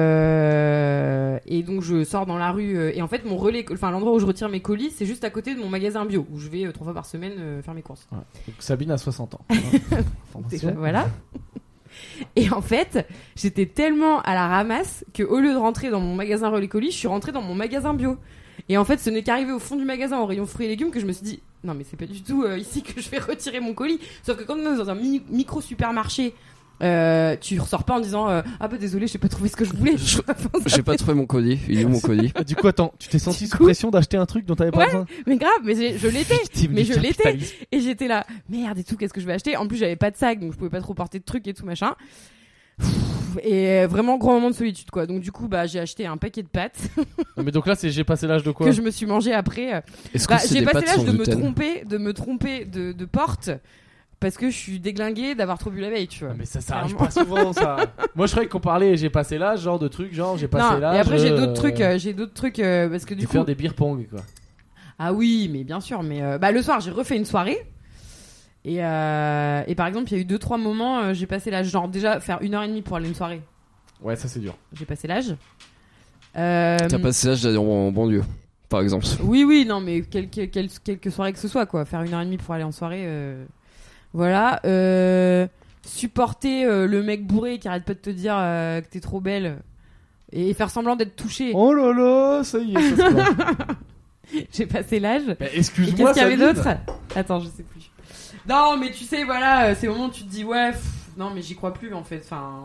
donc je sors dans la rue et en fait l'endroit où je retire mes colis, c'est juste à côté de mon magasin bio où je vais 3 fois par semaine faire mes courses. Ouais. Donc Sabine a 60 ans. Déjà, voilà. Et en fait, j'étais tellement à la ramasse que au lieu de rentrer dans mon magasin relais colis, je suis rentrée dans mon magasin bio. Et en fait, ce n'est qu'arrivé au fond du magasin au rayon fruits et légumes que je me suis dit non mais c'est pas du tout ici que je vais retirer mon colis. Sauf que quand on est dans un micro supermarché, tu ressors pas en disant désolé, j'ai pas trouvé ce que je voulais. J'ai pas trouvé mon colis. Il est où mon colis? Du coup, attends, tu t'es senti sous pression d'acheter un truc dont t'avais pas besoin? Mais grave, mais je l'étais. Et j'étais là, merde et tout, qu'est-ce que je vais acheter? En plus, j'avais pas de sac, donc je pouvais pas trop porter de trucs et tout machin. Et vraiment grand moment de solitude, quoi. Donc du coup, j'ai acheté un paquet de pâtes. Mais donc là, j'ai passé l'âge de quoi? Que je me suis mangé après. J'ai passé l'âge de me tromper de porte. Parce que je suis déglinguée d'avoir trop bu la veille, tu vois. Mais ça arrive pas souvent, ça. Moi, je croyais qu'on parlait, j'ai passé l'âge, genre de trucs, genre j'ai passé l'âge. Et après, j'ai d'autres trucs, parce que du coup. Faire des beer pong, quoi. Ah oui, mais bien sûr. Mais le soir, j'ai refait une soirée. Et par exemple, il y a eu 2-3 moments, j'ai passé l'âge, genre déjà faire 1h30 pour aller à une soirée. Ouais, ça c'est dur. J'ai passé l'âge. T'as passé l'âge d'aller en banlieue, par exemple. Oui, non, mais quelques soirées que ce soit, quoi. Faire 1h30 pour aller en soirée. Voilà, supporter le mec bourré qui arrête pas de te dire que t'es trop belle et faire semblant d'être touché. Oh là là, ça y est, ça se passe. J'ai passé l'âge. Excuse-moi, qu'est-ce qu'il y avait d'autre? Attends, je sais plus. Non, mais tu sais, voilà, c'est le moment où tu te dis non, mais j'y crois plus en fait. Enfin,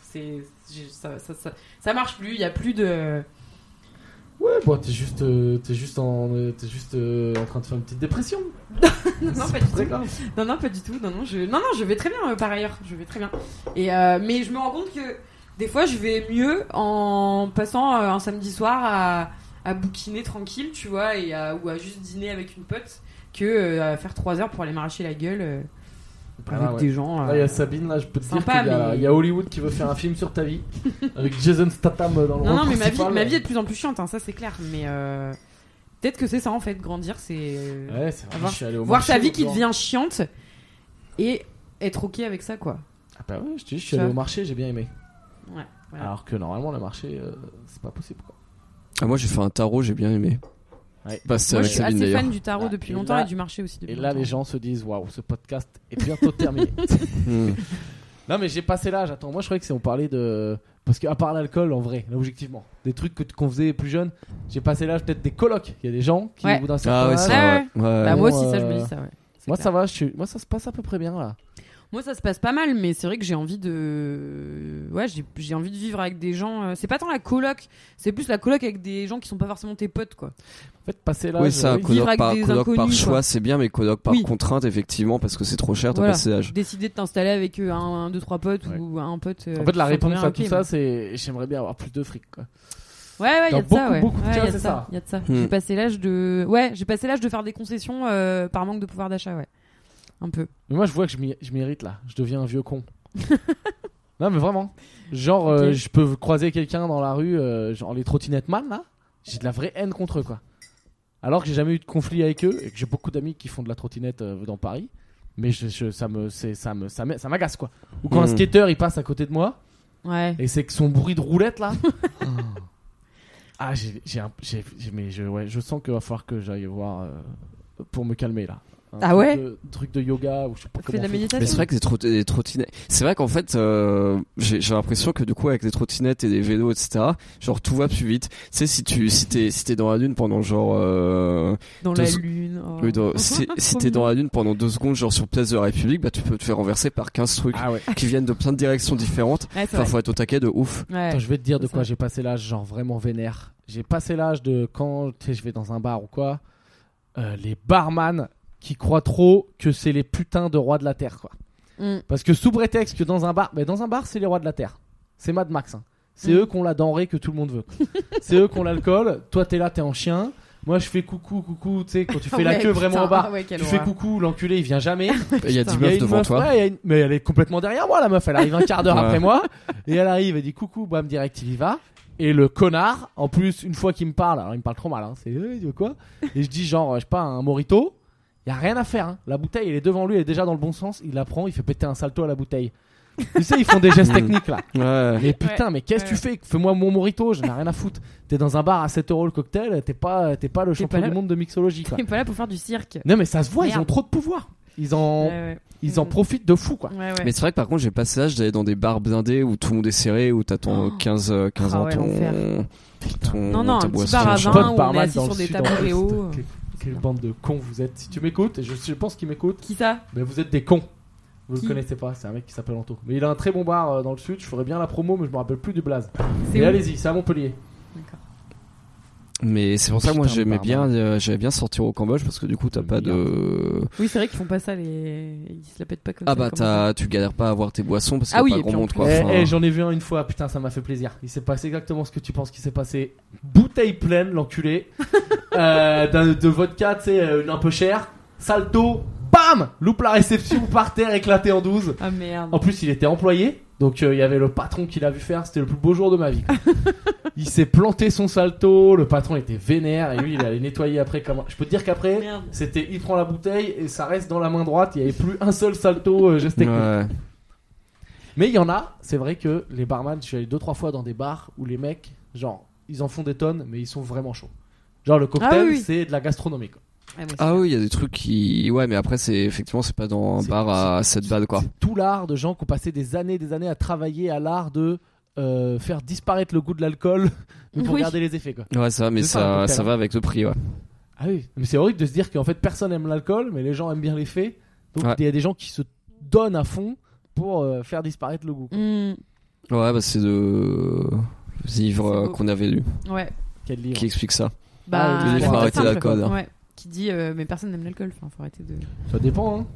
ça marche plus. Il y a plus de. Ouais, bon, t'es juste en train de faire une petite dépression. Non, pas du tout. Non, pas du tout. Non, je vais très bien par ailleurs. Je vais très bien. Et mais je me rends compte que des fois, je vais mieux en passant un samedi soir à bouquiner tranquille, tu vois, ou à juste dîner avec une pote, que à faire 3 heures pour aller m'arracher la gueule. Avec des gens. Là, il y a Sabine, là, je peux te sympa, dire qu'il y a Hollywood qui veut faire un film sur ta vie avec Jason Statham dans le rôle Non, mais principal. ma vie est de plus en plus chiante, hein, ça c'est clair. Mais peut-être que c'est ça en fait, grandir, c'est. Ouais, c'est vrai. Je suis allé au voir marché, sa vie qui devient chiante et être ok avec ça, quoi. Ah bah ouais, je suis allé au marché, j'ai bien aimé. Ouais. Voilà. Alors que normalement, le marché, c'est pas possible, quoi. Ah, moi j'ai fait un tarot, j'ai bien aimé. Ouais. Bah, moi je suis assez fan du tarot depuis longtemps et du marché aussi depuis longtemps. Et là les gens se disent waouh, ce podcast est bientôt terminé. Non mais j'ai passé l'âge. Attends, moi je croyais que on parlait de parce qu'à part l'alcool en vrai, là, objectivement, des trucs qu'on faisait plus jeune, j'ai passé l'âge peut-être des colocs. Il y a des gens qui au bout d'un certain âge. Bah, moi aussi ça je me dis ça. Ouais. Moi clair. Ça va, moi ça se passe à peu près bien là. Moi, ça se passe pas mal, mais c'est vrai que j'ai envie de vivre avec des gens. C'est pas tant la coloc, c'est plus la coloc avec des gens qui sont pas forcément tes potes, quoi. En fait, passer l'âge. Oui, ça, vivre avec des coloc par inconnus, choix, quoi. c'est bien, mais coloc par contrainte, effectivement, parce que c'est trop cher, t'as passé l'âge. Décider de t'installer avec un, deux, trois potes ou un pote. En fait, la réponse à tout ça, c'est j'aimerais bien avoir plus de fric, quoi. Ouais, il y a de ça, ouais. Beaucoup de cas, c'est ça. Il y a de ça. J'ai passé l'âge de faire des concessions par manque de pouvoir d'achat, ouais. Un peu. Mais moi, je vois que je m'irrite là. Je deviens un vieux con. Non, mais vraiment. Genre, je peux croiser quelqu'un dans la rue, genre les trottinettes man là. J'ai de la vraie haine contre eux, quoi. Alors que j'ai jamais eu de conflit avec eux et que j'ai beaucoup d'amis qui font de la trottinette dans Paris. Mais ça m'agace, quoi. Ou quand un skater il passe à côté de moi. Ouais. Et c'est que son bruit de roulette là. Ah, je sens qu'il va falloir que j'aille voir pour me calmer là. Truc de yoga ou je sais pas comment. De la méditation. Mais c'est vrai que des trottinettes. C'est vrai qu'en fait, j'ai l'impression que du coup, avec des trottinettes et des vélos, etc., genre tout va plus vite. Tu sais, si t'es dans la lune pendant genre. Dans la lune. Oh. Oui, si t'es dans la lune pendant 2 secondes, genre sur Place de la République, bah tu peux te faire renverser par 15 trucs qui viennent de plein de directions différentes. Ouais, enfin, faut être au taquet de ouf. Ouais, attends, je vais te dire de quoi j'ai passé l'âge, genre vraiment vénère. J'ai passé l'âge de quand je vais dans un bar ou quoi, les barman qui croient trop que c'est les putains de rois de la terre, quoi. Parce que sous prétexte que dans un bar c'est les rois de la terre. C'est Mad Max, hein. C'est eux qui ont la denrée que tout le monde veut. C'est eux qui ont l'alcool. Toi t'es là, t'es en chien. Moi je fais coucou, tu sais, quand tu fais la queue vraiment au bar, tu fais coucou, l'enculé il vient jamais. Il y a 10 meufs devant toi. Mais elle est complètement derrière moi, la meuf. Elle arrive un quart d'heure après moi. Et elle arrive, elle dit coucou, bam, direct il y va. Et le connard, en plus, une fois qu'il me parle, alors il me parle trop mal, hein, c'est il dit quoi. Et je dis genre, je sais pas, un mojito. Il y a rien à faire, hein. La bouteille elle est devant lui, elle est déjà dans le bon sens, il la prend, il fait péter un salto à la bouteille. Tu sais, ils font des gestes techniques là. Ouais. Mais putain, mais qu'est-ce que tu fais? Fais-moi mon mojito, j'en ai rien à foutre. T'es dans un bar à 7€ le cocktail, t'es pas le champion du monde de mixologie, quoi. T'es pas là pour faire du cirque. Non mais ça se voit, ils ont trop de pouvoir. Ils en profitent de fou, quoi. Mais c'est vrai que par contre, j'ai passé l'âge d'aller dans des bars blindés où tout le monde est serré, où t'as ton 15 ans, Non, ta un petit boisson. bar à Je 20 où on est barman assis dans sur le des sud, tabourets hauts. Quelle bande de cons vous êtes. Si tu m'écoutes, et je pense qu'il m'écoute. Qui ça? Mais vous êtes des cons. Vous le connaissez pas, c'est un mec qui s'appelle Anto. Mais il a un très bon bar dans le sud, je ferais bien la promo, mais je me rappelle plus du blaze. Mais allez-y, c'est à Montpellier. D'accord. Mais c'est pour ça que moi j'aimais bien sortir au Cambodge parce que du coup t'as pas de. Oui, c'est vrai qu'ils font pas ça, ils se la pètent pas comme ça. Ah bah tu galères pas à avoir tes boissons parce qu'il y a pas grand monde, quoi. J'en ai vu un une fois, putain, ça m'a fait plaisir. Il s'est passé exactement ce que tu penses qu'il s'est passé. Bouteille pleine, l'enculé. De vodka, tu sais, un peu cher. Salto, bam, loupe la réception par terre, éclaté en 12. Ah merde. En plus, il était employé. Donc il y avait le patron qui l'a vu faire, c'était le plus beau jour de ma vie. Il s'est planté son salto, le patron était vénère et lui il allait nettoyer après. Je peux te dire qu'après c'était il prend la bouteille et ça reste dans la main droite, il n'y avait plus un seul salto geste technique. Ouais. Mais il y en a, c'est vrai que les barman, je suis allé 2-3 fois dans des bars où les mecs, genre ils en font des tonnes mais ils sont vraiment chauds. Genre le cocktail c'est de la gastronomie, quoi. Oui, il y a des trucs qui. Ouais, mais après, c'est pas dans un bar à 7 balles, quoi. C'est tout l'art de gens qui ont passé des années à travailler à l'art de faire disparaître le goût de l'alcool pour garder les effets, quoi. Ouais, ça, mais ça va avec le prix, ouais. Ah oui, mais c'est horrible de se dire qu'en fait personne aime l'alcool, mais les gens aiment bien l'effet. Donc il y a des gens qui se donnent à fond pour faire disparaître le goût, quoi. Ouais, bah c'est de livre qu'on avait lu. Ouais. Quel livre qui explique ça? Le livre arrêter l'alcool. Ouais. Qui dit mais personne n'aime l'alcool, enfin faut arrêter de. Ça dépend, hein.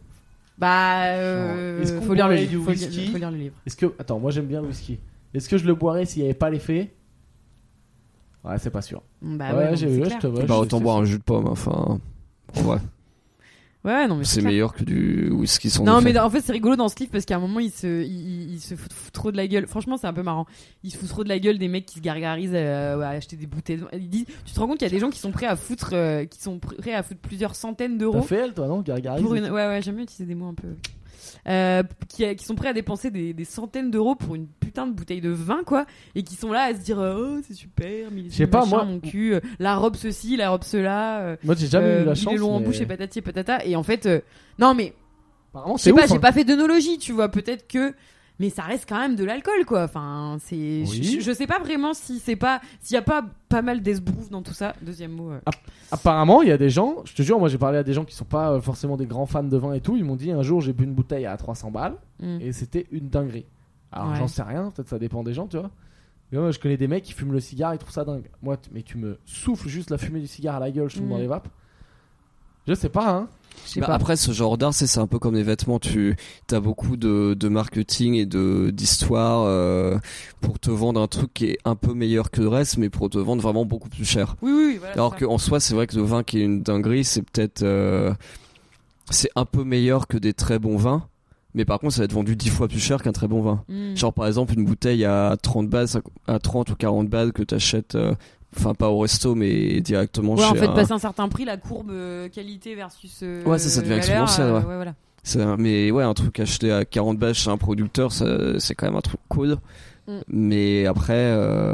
Faut lire le livre. Faut lire le livre. Attends, moi j'aime bien le whisky. Est-ce que je le boirais s'il n'y avait pas l'effet? Ouais, c'est pas sûr. Autant boire un jus de pomme, enfin. Ouais. Ouais, non, mais c'est meilleur que du whisky sans Non, effet. mais en fait, c'est rigolo dans ce livre parce qu'à un moment, il se fout trop de la gueule. Franchement, c'est un peu marrant. Il se fout trop de la gueule des mecs qui se gargarisent à acheter des bouteilles. Il dit, tu te rends compte qu'il y a des gens qui sont prêts à foutre, plusieurs centaines d'euros. T'as fait elle, toi, non? Gargarise. Ouais, j'aime bien utiliser des mots un peu. Qui sont prêts à dépenser des centaines d'euros pour une putain de bouteille de vin, quoi, et qui sont là à se dire oh c'est super, mais je sais pas, moi mon cul, la robe ceci, la robe cela, moi j'ai jamais eu la chance, il est long en bouche et patati et patata, et en fait non mais apparemment je sais pas, j'ai pas fait d'œnologie, tu vois, peut-être que mais ça reste quand même de l'alcool, quoi. Enfin, c'est. Oui. Je sais pas vraiment s'il y a pas mal d'esbrouf dans tout ça. Deuxième mot. Apparemment, il y a des gens, je te jure, moi j'ai parlé à des gens qui sont pas forcément des grands fans de vin et tout, ils m'ont dit un jour j'ai bu une bouteille à 300 balles et c'était une dinguerie. Alors j'en sais rien, peut-être ça dépend des gens, tu vois. Mais moi je connais des mecs qui fument le cigare, ils trouvent ça dingue. Moi, mais tu me souffles juste la fumée du cigare à la gueule, je tombe dans les vapes. Je sais pas, hein. Après, ce genre d'art, c'est un peu comme les vêtements. T'as beaucoup de marketing et d'histoire pour te vendre un truc qui est un peu meilleur que le reste, mais pour te vendre vraiment beaucoup plus cher. Oui, voilà. Alors qu'en soi, c'est vrai que le vin qui est une dinguerie, c'est peut-être c'est un peu meilleur que des très bons vins. Mais par contre, ça va être vendu 10 fois plus cher qu'un très bon vin. Genre, par exemple, une bouteille à 30 ou 40 balles que t'achètes, enfin, pas au resto, mais directement chez en fait, passer un certain prix, la courbe qualité versus. Ouais, ça devient exponentiel, ouais. Voilà. Mais ouais, un truc acheté à 40 balles chez un producteur, c'est quand même un truc cool. Mais après,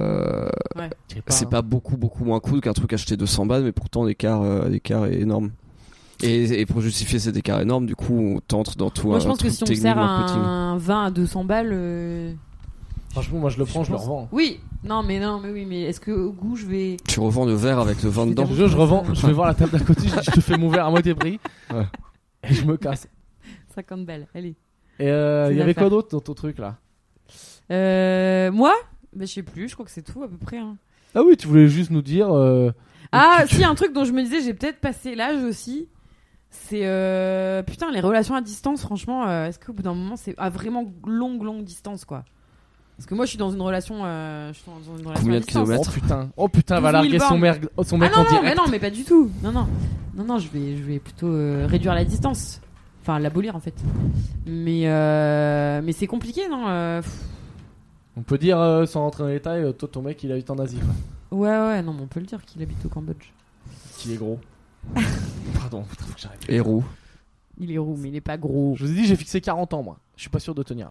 c'est pas beaucoup moins cool qu'un truc acheté 200 balles, mais pourtant l'écart est énorme. Et pour justifier cet écart énorme, du coup, on tente dans tout. Moi, je pense que si on sert un vin à 200 balles. Franchement, moi je le prends, je le revends. Oui, mais est-ce que au goût je vais. Tu revends le verre avec le vin dedans. Je revends, je vais voir la table d'à côté, je te fais mon verre à moitié prix. Ouais. Et je me casse. 50 balles, allez. Et il y avait quoi d'autre dans ton truc là? Moi je sais plus, je crois que c'est tout à peu près. Hein. Ah oui, tu voulais juste nous dire. Si, un truc dont je me disais, j'ai peut-être passé l'âge aussi. C'est putain, les relations à distance, franchement, est-ce qu'au bout d'un moment c'est à vraiment longue distance, quoi? Parce que moi je suis dans une relation combien de kilomètres? Oh putain, elle va larguer son mec en direct. Mais pas du tout. Non, je vais plutôt réduire la distance, enfin l'abolir en fait. Mais c'est compliqué, non? On peut dire sans rentrer dans les détails, toi ton mec il habite en Asie, quoi. Ouais, non, mais on peut le dire qu'il habite au Cambodge. Qu'il est gros. Pardon, putain, faut que j'arrête. Et roux. Il est roux, mais il est pas gros. Je vous ai dit, j'ai fixé 40 ans, moi. Je suis pas sûr de tenir.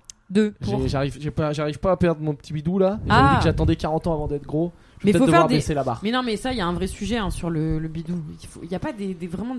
J'arrive pas à perdre mon petit bidou là. J'avais dit que j'attendais 40 ans avant d'être gros. Je vais peut-être devoir baisser la barre. Mais non, mais ça, il y a un vrai sujet sur le bidou. Il y a pas vraiment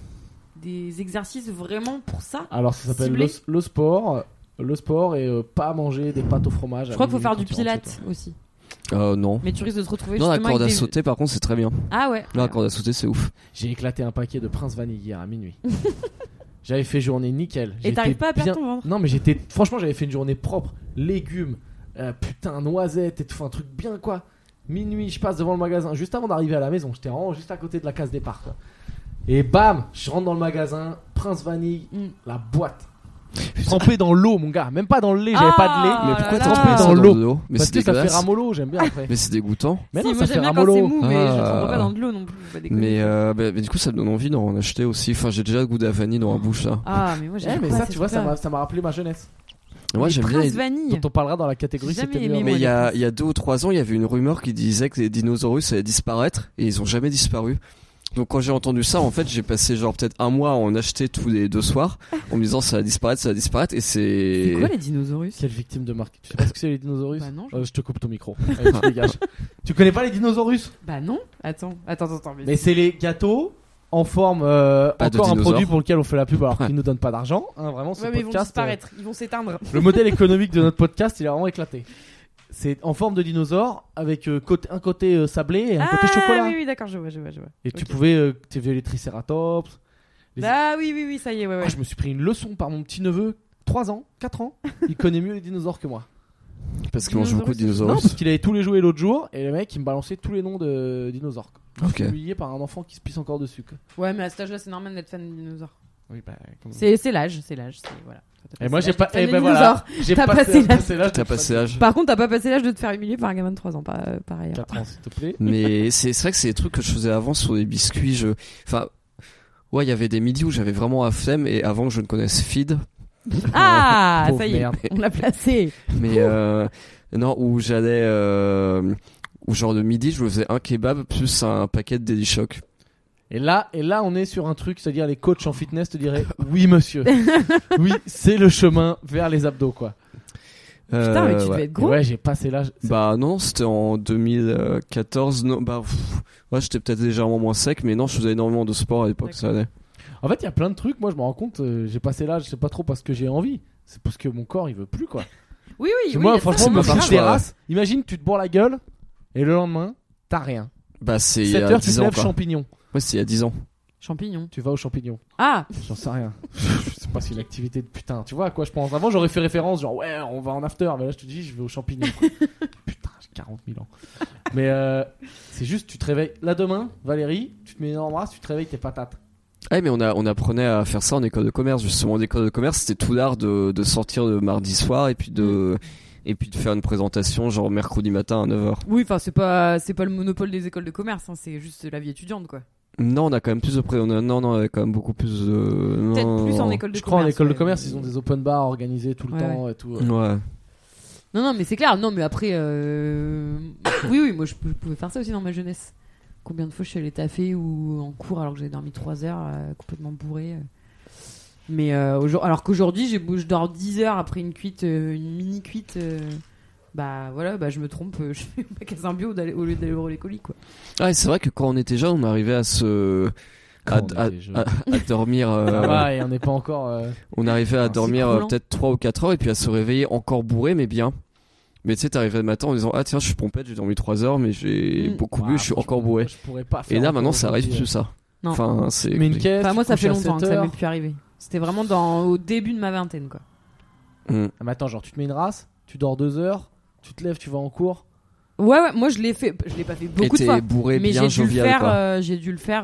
des exercices vraiment pour ça. Alors ça s'appelle le sport. Le sport et pas manger des pâtes au fromage. Je crois qu'il faut faire du pilates aussi. Non. Mais tu risques de te retrouver non, justement la corde à sauter par contre c'est très bien. Ah ouais. La corde à sauter c'est ouf. J'ai éclaté un paquet de Prince Vanille hier à minuit. J'avais fait journée nickel. Et t'arrives pas à perdre ton ventre? Non mais franchement j'avais fait une journée propre. Légumes, putain noisettes et tout, un truc bien quoi. Minuit je passe devant le magasin juste avant d'arriver à la maison. J'étais vraiment juste à côté de la case départ quoi. Et bam, je rentre dans le magasin, Prince Vanille, la boîte. Trempé dans l'eau, mon gars, même pas dans le lait, j'avais pas de lait. Mais pourquoi trempé dans l'eau? Mais parce c'est que ça fait ramollo, j'aime bien après. Mais c'est dégoûtant. Mais non, moi ça j'aime fait bien quand c'est ramollo. mou, mais je trempe pas dans de l'eau non plus. Mais du coup, ça me donne envie d'en acheter aussi. Enfin, j'ai déjà le goût de la vanille dans la bouche là. Ah, mais moi j'aime mais pas, ça, tu vois, ça m'a rappelé ma jeunesse. Moi j'aime bien. Vanille. Dont on parlera dans la catégorie c'était mieux. Mais il y a 2 ou 3 ans, il y avait une rumeur qui disait que les dinosaures allaient disparaître et ils ont jamais disparu. Donc quand j'ai entendu ça, en fait, j'ai passé genre peut-être un mois à en acheter tous les 2 soirs en me disant ça va disparaître et c'est quoi les dinosaures? Quelle victime de marque. Tu sais pas ce que c'est les dinosaures? Bah non. Je te coupe ton micro. Allez, tu dégages. Tu connais pas les dinosaures? Bah non. Attends. Mais c'est les gâteaux en forme encore un produit pour lequel on fait la pub alors qu'ils nous donnent pas d'argent. Hein, vraiment, ce mais ils vont podcast. disparaître, ils vont s'éteindre. Le modèle économique de notre podcast, il est vraiment éclaté. C'est en forme de dinosaure avec un côté sablé et un côté chocolat. Oui, d'accord, je vois. Et tu pouvais, tu avais les tricératops. Ah oui, ça y est, ouais. Je me suis pris une leçon par mon petit neveu, 3 ans, 4 ans. Il connaît mieux les dinosaures que moi. Parce qu'il mange beaucoup de dinosaures. Non, parce qu'il avait tous les jouets l'autre jour et le mec il me balançait tous les noms de dinosaures. Ok. Humilié par un enfant qui se pisse encore dessus. Quoi. Ouais, mais à cet âge-là, c'est normal d'être fan de dinosaures. Oui, bah, c'est l'âge, voilà. Et moi j'ai pas. Et ben voilà. T'as passé l'âge. T'as passé l'âge. Par contre, t'as pas passé l'âge de te faire humilier par un gamin de 3 ans, par ailleurs. 4 ans, s'il te plaît. Mais c'est vrai que c'est des trucs que je faisais avant sur des biscuits. Enfin, ouais, il y avait des midis où j'avais vraiment la flemme et avant que je ne connaisse Feed. Ah, ça y est, on l'a placé. Mais non, où j'allais, où genre le midi, je me faisais un kebab plus un paquet de Daily Shock. Et là, on est sur un truc, c'est-à-dire les coachs en fitness te diraient oui monsieur, oui c'est le chemin vers les abdos quoi. Putain mais tu devais être gros. Ouais j'ai passé l'âge. Bah non c'était en 2014, non bah ouais j'étais peut-être légèrement moins sec mais non je faisais énormément de sport à l'époque. Ça allait. En fait il y a plein de trucs, moi je me rends compte, j'ai passé l'âge c'est pas trop parce que j'ai envie, c'est parce que mon corps il veut plus quoi. Moi, franchement, me je terrasse. Imagine, tu te bourres la gueule et le lendemain, t'as rien. Bah, c'est 7 heures, tu te lèves champignons. Ouais, c'est il y a 10 ans. Champignons. Tu vas aux champignons. Ah. J'en sais rien. Je sais pas si une activité de putain. Tu vois à quoi je pense. Avant, j'aurais fait référence, genre, ouais, on va en after. Mais là, je te dis, je vais aux champignons. Putain, j'ai 40 000 ans. Mais c'est juste, tu te réveilles. Là, demain, Valérie, tu te mets une embrasse, tu te réveilles tes patates. Ouais, mais on apprenait à faire ça en école de commerce. Justement, en école de commerce, c'était tout l'art de sortir le mardi soir et puis de faire une présentation genre mercredi matin à 9h. Oui, enfin, c'est pas le monopole des écoles de commerce, hein, c'est juste la vie étudiante, quoi. Non, on a quand même plus de on a quand même beaucoup plus de... Peut-être plus en école de commerce. Je crois en école de commerce, ils ont des open bars organisés tout le temps et tout. Ouais. Non, mais c'est clair. Non, mais après, oui, moi je pouvais faire ça aussi dans ma jeunesse. Combien de fois je suis allé taffer ou en cours alors que j'avais dormi 3 heures, complètement bourré. Mais alors qu'aujourd'hui, je dors 10 heures après une cuite, une mini cuite. Bah voilà, je me trompe, je fais ma case un bio au lieu d'aller au relais colis, quoi. Ouais, c'est vrai que quand on était jeune, on arrivait à dormir. Ça va, et on n'est pas encore. On arrivait à dormir cool, peut-être 3 ou 4 heures et puis à se réveiller encore bourré, mais bien. Mais tu sais, t'arrivais le matin en disant ah tiens, je suis pompette, j'ai dormi 3 heures, mais j'ai beaucoup bu, je suis encore bourré. Je pourrais pas faire et là maintenant, ça arrive plus ça. Non. Enfin, c'est. Mais une caisse. Enfin, moi, ça fait longtemps que ça heures. m'est plus arrivé. C'était vraiment au début de ma vingtaine, quoi. Ah, mais attends, genre tu te mets une race, tu dors 2 heures. Tu te lèves, tu vas en cours. Ouais, moi je l'ai pas fait beaucoup de fois. Bourré, mais bien jovial, j'ai dû le faire,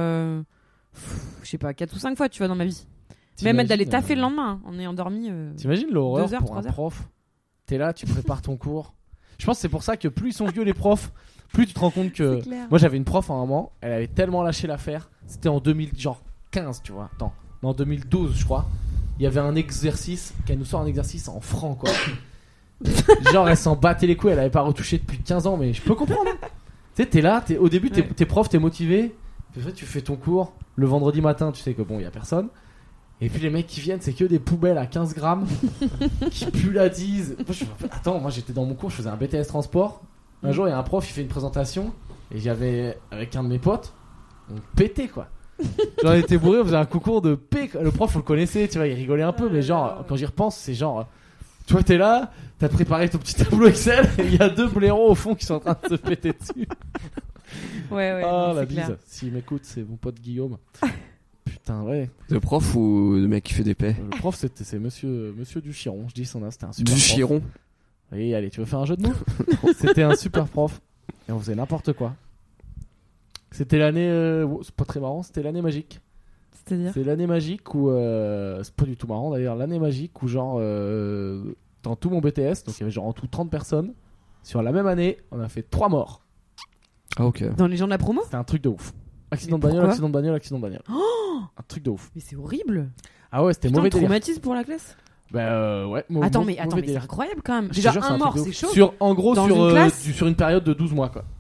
je sais pas, 4 ou 5 fois, tu vois, dans ma vie. Même d'aller taffer le lendemain, en ayant dormi. T'imagines l'horreur 2 heures, pour 3 un heures. prof. T'es là, tu prépares ton cours. Je pense que c'est pour ça que plus ils sont vieux les profs, plus tu te rends compte que. Moi j'avais une prof à un moment, elle avait tellement lâché l'affaire. C'était en 2015, tu vois. Attends, en 2012, je crois. Il y avait un exercice, qu'elle nous sort un exercice en franc, quoi. Genre elle s'en battait les couilles, elle avait pas retouché depuis 15 ans, mais je peux comprendre. Tu sais, t'es là, au début t'es prof, t'es motivé, tu fais ton cours le vendredi matin, tu sais que bon, y a personne. Et puis les mecs qui viennent, c'est que des poubelles à 15 grammes qui puent la dise. Attends, moi j'étais dans mon cours, je faisais un BTS transport. Un jour, il y a un prof, il fait une présentation et j'avais avec un de mes potes, on pétait quoi. Genre on était bourré, on faisait un concours de paix. Le prof, vous le connaissez, tu vois, il rigolait un peu, mais genre quand j'y repense, c'est genre. Tu vois, t'es là, t'as préparé ton petit tableau Excel et il y a 2 blaireaux au fond qui sont en train de se péter dessus. Ouais, ah, non, la c'est bise. clair. S'il m'écoute, c'est mon pote Guillaume. Putain, ouais. Le prof ou le mec qui fait des paix? Le prof, c'est monsieur Duchiron. Je dis son nom, c'était un super prof. Duchiron. Oui, allez, tu veux faire un jeu de mots? C'était un super prof. Et on faisait n'importe quoi. C'était l'année. C'est pas très marrant, c'était l'année magique. C'est-à-dire C'est l'année magique où c'est pas du tout marrant d'ailleurs, l'année magique où genre dans tout mon BTS, donc il y avait genre en tout 30 personnes sur la même année, on a fait 3 morts. Ah OK. Dans les gens de la promo? C'était un truc de ouf. Accident Mais de bagnole, pourquoi accident de bagnole, accident de bagnole. Oh, un truc de ouf. mais c'est horrible. Ah ouais, c'était Putain, mauvais délire. traumatisme pour la classe. Bah ouais. Attends, mais c'est incroyable quand même. Déjà un mort, c'est chaud. En gros Dans sur une classe sur une période de 12 mois quoi.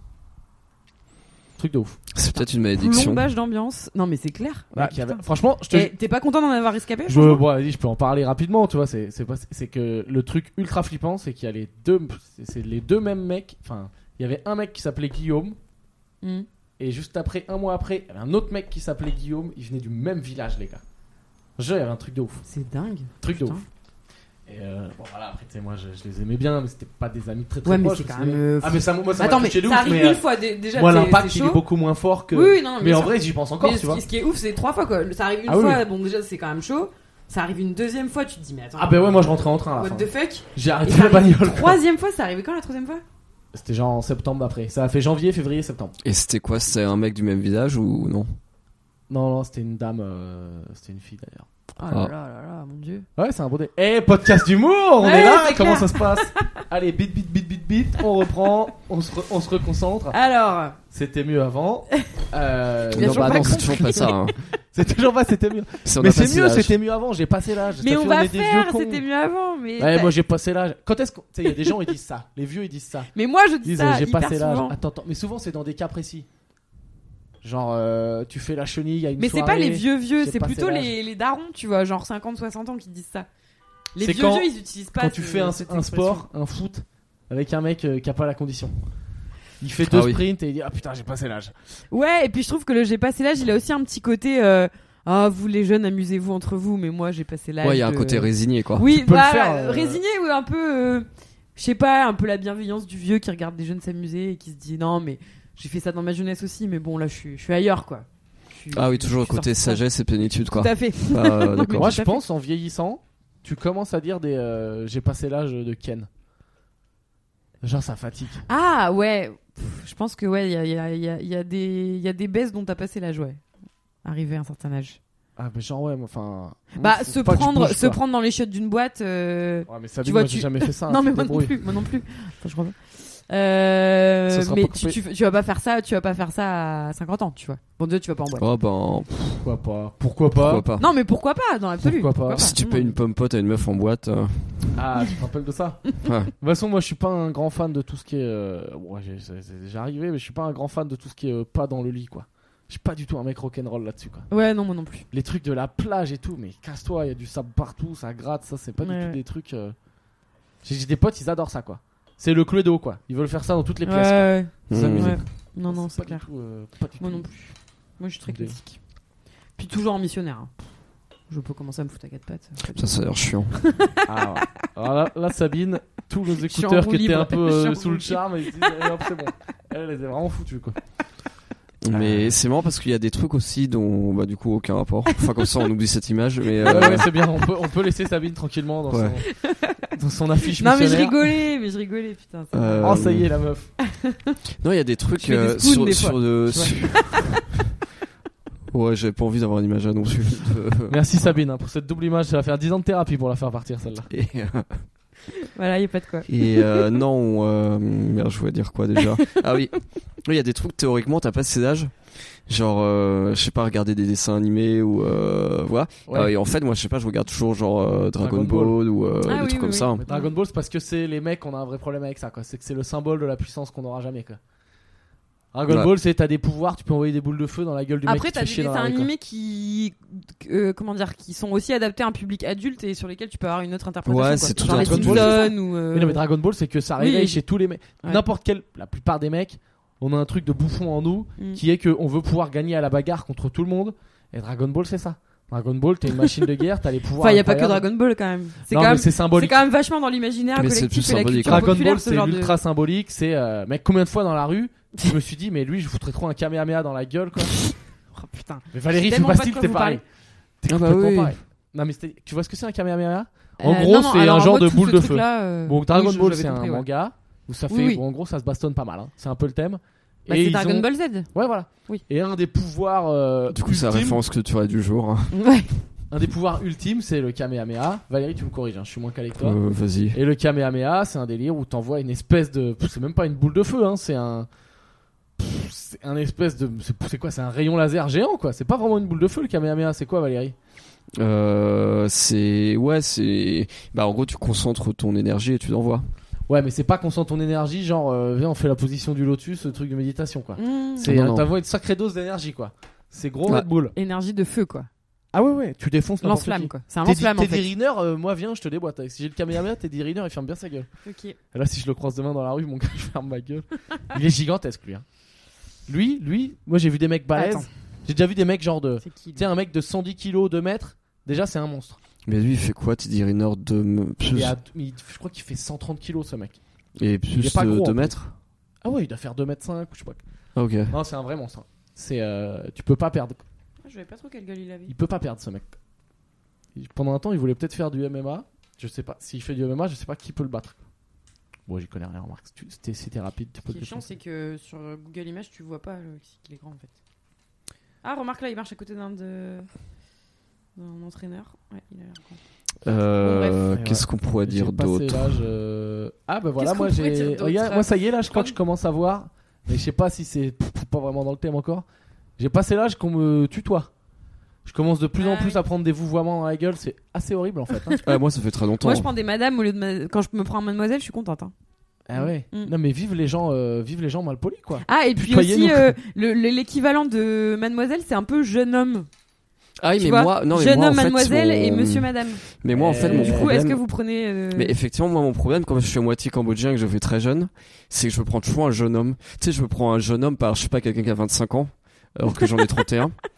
Truc de ouf. C'est peut-être une malédiction. Plombage d'ambiance. Non mais c'est clair. Bah, franchement, je te t'es pas content d'en avoir escapé? bon, vas-y, je peux en parler rapidement, tu vois, c'est que le truc ultra flippant, c'est qu'il y a les deux mêmes mecs, enfin, il y avait un mec qui s'appelait Guillaume et juste après, un mois après, il y avait un autre mec qui s'appelait Guillaume, ils venaient du même village les gars. Genre, il y avait un truc de ouf. C'est dingue. Truc de Putain. ouf. Et bon voilà, après tu sais, moi je les aimais bien, mais c'était pas des amis très Ouais, mais proches. c'est quand même. Ah mais ça moi ça Attends, m'a mais touché de ça ouf, arrive mais une fois déjà. moi c'est l'impact il chaud. est beaucoup moins fort que. Oui, non, mais en ça- vrai j'y pense encore, mais tu vois. ce qui est ouf, c'est 3 fois quoi. Ça arrive une Ah oui, fois, oui. bon déjà c'est quand même chaud. Ça arrive une deuxième fois, tu te dis mais attends. Ah bah ouais, moi je rentrais en train à la What fin. the fuck? J'ai Et arrêté ça la arrive bagnole. une troisième fois, ça arrivait quand la troisième fois? C'était genre en septembre d'après. Ça a fait janvier, février, septembre. Et c'était quoi? C'était un mec du même village ou non? Non, c'était une dame, c'était une fille d'ailleurs. Oh là là là là, mon dieu. Ouais, c'est un beau dé. Eh, podcast d'humour, on Ouais, est là, c'est comment clair. ça se passe? Allez, bit, on reprend, on se reconcentre. Alors, C'était mieux avant. Il a Non, toujours pas c'est toujours pas ça. Hein. C'est toujours pas, c'était mieux. Si on Mais a c'est passé mieux, l'âge. c'était mieux avant, j'ai passé l'âge. mais Ça on fait, va est des vieux faire, cons. c'était mieux avant. Mais Ouais, moi j'ai passé l'âge. Quand est-ce que. Tu sais, il y a des gens, ils disent ça. Les vieux, ils disent ça. mais moi je Ils dis disent, ça j'ai hyper passé l'âge. souvent. Attends, mais souvent c'est dans des cas précis. Genre, tu fais la chenille à une Mais c'est soirée. pas les vieux, j'ai c'est passé plutôt l'âge. les darons, tu vois, genre 50-60 ans qui disent ça. Les C'est vieux, quand- ils utilisent pas. Quand tu fais un sport, un foot, avec un mec qui a pas la condition. Il fait 2 Ah oui. sprints et il dit ah putain j'ai passé l'âge. Ouais, et puis je trouve que le j'ai passé l'âge, il a aussi un petit côté ah, vous les jeunes, amusez-vous entre vous, mais moi j'ai passé l'âge. Ouais, il y a un côté résigné, quoi. Oui, Tu peux le faire, résigné ou un peu, je sais pas, un peu la bienveillance du vieux qui regarde des jeunes s'amuser et qui se dit non, mais j'ai fait ça dans ma jeunesse aussi, mais bon là je suis ailleurs, quoi. Ah oui, toujours le côté sagesse et plénitude, quoi. Tout à fait. D'accord. Moi, je pense, en vieillissant, tu commences à dire j'ai passé l'âge de Ken. Genre, ça fatigue. Ah ouais, je pense que ouais, il y a des baisses dont t'as passé l'âge, ouais. Arrivé à un certain âge. Ah, mais genre, ouais, enfin. Bah, se prendre dans les chiottes d'une boîte. Ouais, mais ça, tu vois, moi, j'ai jamais fait ça. Non, hein, mais tu te moi non débrouilles. plus, moi non plus. Attends, je reviens. Mais tu vas pas faire ça à 50 ans, tu vois. Bon, déjà, tu vas pas en boîte. Oh ben, Pourquoi pas. Non, mais pourquoi pas, dans l'absolu. Pourquoi pas. si tu payes une pomme pote à une meuf en boîte. Ah, tu te rappelles de ça? Ouais. De toute façon, moi, je suis pas un grand fan de tout ce qui est. Ouais, c'est déjà arrivé, mais je suis pas un grand fan de tout ce qui est pas dans le lit, quoi. Je suis pas du tout un mec rock'n'roll là-dessus, quoi. Ouais, non, moi non plus. Les trucs de la plage et tout, mais casse-toi, il y a du sable partout, ça gratte, ça, c'est pas du tout des trucs. J'ai des potes, ils adorent ça, quoi. C'est le Cluedo, quoi. Ils veulent faire ça dans toutes les pièces. Ouais. Quoi. S'amuser. Ouais. Non, c'est pas clair. Du tout, pas du Moi tout. non plus. Moi, je suis très classique. Puis toujours en missionnaire. Hein. Je peux commencer à me foutre à 4 pattes. Ça, ça a l'air chiant. Ah, ouais. Alors là, Sabine, tous nos suis en écouteurs roue qui étaient libre. un peu Je suis en sous roue le charme, ils se disent, allez, hop, c'est bon. Elle les a vraiment foutus, quoi. Mais c'est marrant parce qu'il y a des trucs aussi dont, bah, du coup, aucun rapport. Enfin, comme ça, on oublie cette image, mais. Ouais, c'est bien. On peut laisser Sabine tranquillement dans son affiche Non, mais missionnaire. je rigolais, putain. Oh, ça y est, la meuf. Non, il y a des trucs Je fais des spoons, des fois. Ouais, j'avais pas envie d'avoir une image là non plus. Merci Sabine hein, pour cette double image. Ça va faire 10 ans de thérapie pour la faire partir, celle-là. Voilà, y a pas de quoi. Et non, merde, je voulais dire quoi déjà? Ah oui, il y a des trucs théoriquement t'as pas ces âges, genre je sais pas, regarder des dessins animés ou voilà. Ouais. Et en fait moi je sais pas, je regarde toujours genre Dragon Ball ou des trucs comme ça. Hein. Mais Dragon Ball c'est parce que c'est les mecs, on a un vrai problème avec ça quoi. C'est que c'est le symbole de la puissance qu'on n'aura jamais quoi. Dragon Ball, c'est t'as des pouvoirs, tu peux envoyer des boules de feu dans la gueule du mec. Après, t'as des dessins animés qui sont aussi adaptés à un public adulte et sur lesquels tu peux avoir une autre interprétation. Ouais, quoi. c'est tout genre un les truc. Simpsons ou. Mais non, mais Dragon Ball, c'est que ça réveille chez tous les mecs. Ouais. N'importe quel, la plupart des mecs, on a un truc de bouffon en nous qui est qu'on veut pouvoir gagner à la bagarre contre tout le monde. Et Dragon Ball, c'est ça. Dragon Ball, t'es une machine de guerre, t'as les pouvoirs. Enfin, y a pas que Dragon Ball quand même. C'est symbolique. C'est quand même vachement dans l'imaginaire collectif et la culture Dragon populaire. Ball, c'est ultra symbolique. C'est mec, combien de fois dans la rue, je me suis dit, mais lui, je foutrais trop un Kamehameha dans la gueule, quoi. Oh putain. Mais Valérie Foupastil, t'es pareil. T'es complètement pareil. Non, mais tu vois ce que c'est un Kamehameha? En gros, c'est un genre de boule de feu. Bon, Dragon Ball, c'est un manga où ça fait, en gros, ça se bastonne pas mal. C'est un peu le thème. Bah, c'est Dragon Ball Z. Ouais, voilà. Oui. Et un des pouvoirs. Du coup, c'est la référence culturelle du jour. Hein. Ouais. Un des pouvoirs ultimes, c'est le Kamehameha. Valérie, tu me corriges, je suis moins calé que toi. Vas-y. Et le Kamehameha, c'est un délire où t'envoies une espèce de. C'est même pas une boule de feu, hein. C'est un espèce de. C'est quoi? C'est un rayon laser géant, quoi. C'est pas vraiment une boule de feu, le Kamehameha. C'est quoi, Valérie? C'est. Bah, en gros, tu concentres ton énergie et tu l'envoies. Ouais, mais c'est pas qu'on sent ton énergie, genre, viens, on fait la position du lotus, le truc de méditation, quoi. T'envoies une sacrée dose d'énergie, quoi. C'est gros Red Bull. Énergie de feu, quoi. Ah ouais, tu défonces n'importe qui. Lance-flamme, quoi. C'est un lance-flamme, en fait. Teddy Riner, moi, viens, je te déboîte. Si j'ai le Kamehameha, Teddy Riner, il ferme bien sa gueule. Ok. Et là, si je le croise demain dans la rue, mon gars, je ferme ma gueule. Il est gigantesque, lui. Hein. Lui, moi, j'ai vu des mecs balèzes. Attends. J'ai déjà vu des mecs genre de. C'est qui, tu sais, un mec de 110 kilos, 2 mètres. Déjà, c'est un monstre. Mais lui, il fait quoi, Teddy Riner je crois qu'il fait 130 kilos, ce mec. Et plus de 2 mètres? Ah ouais, il doit faire 2 mètres 5, je sais pas. Ah, ok. Non, c'est un vrai monstre. C'est, tu peux pas perdre. Je savais pas trop quelle gueule il avait. Il peut pas perdre, ce mec. Pendant un temps, il voulait peut-être faire du MMA. Je sais pas. S'il fait du MMA, je sais pas qui peut le battre. Bon, j'y connais rien, remarque. C'était rapide. Ce qui est chiant, c'est que sur Google Images, tu vois pas qu'il est grand en fait. Ah, remarque là, il marche à côté d'un entraîneur. Ouais, il a l'air grand. Qu'est-ce qu'on pourrait dire d'autre? Ah, bah voilà, moi j'ai. Regarde, moi ça y est, là, je crois que je commence à voir. Mais je sais pas si c'est pas vraiment dans le thème encore. J'ai passé l'âge qu'on me tutoie. Je commence de plus en plus à prendre des vouvoiements dans la gueule, c'est assez horrible en fait. Hein. Moi ça fait très longtemps. Moi je prends des madames au lieu de quand je me prends un mademoiselle, je suis contente. Hein. Ah ouais. Non mais vive les gens mal polis quoi. Ah et puis aussi l'équivalent de mademoiselle, c'est un peu jeune homme. Ah oui, mais moi, jeune homme, mademoiselle et monsieur madame. Mais moi en fait mon du coup, problème. est-ce que vous prenez Mais effectivement moi mon problème quand je suis à moitié cambodgien et que je fais très jeune, c'est que je me prends toujours un jeune homme. Tu sais, je me prends un jeune homme par je sais pas quelqu'un qui a 25 ans alors que j'en ai 31.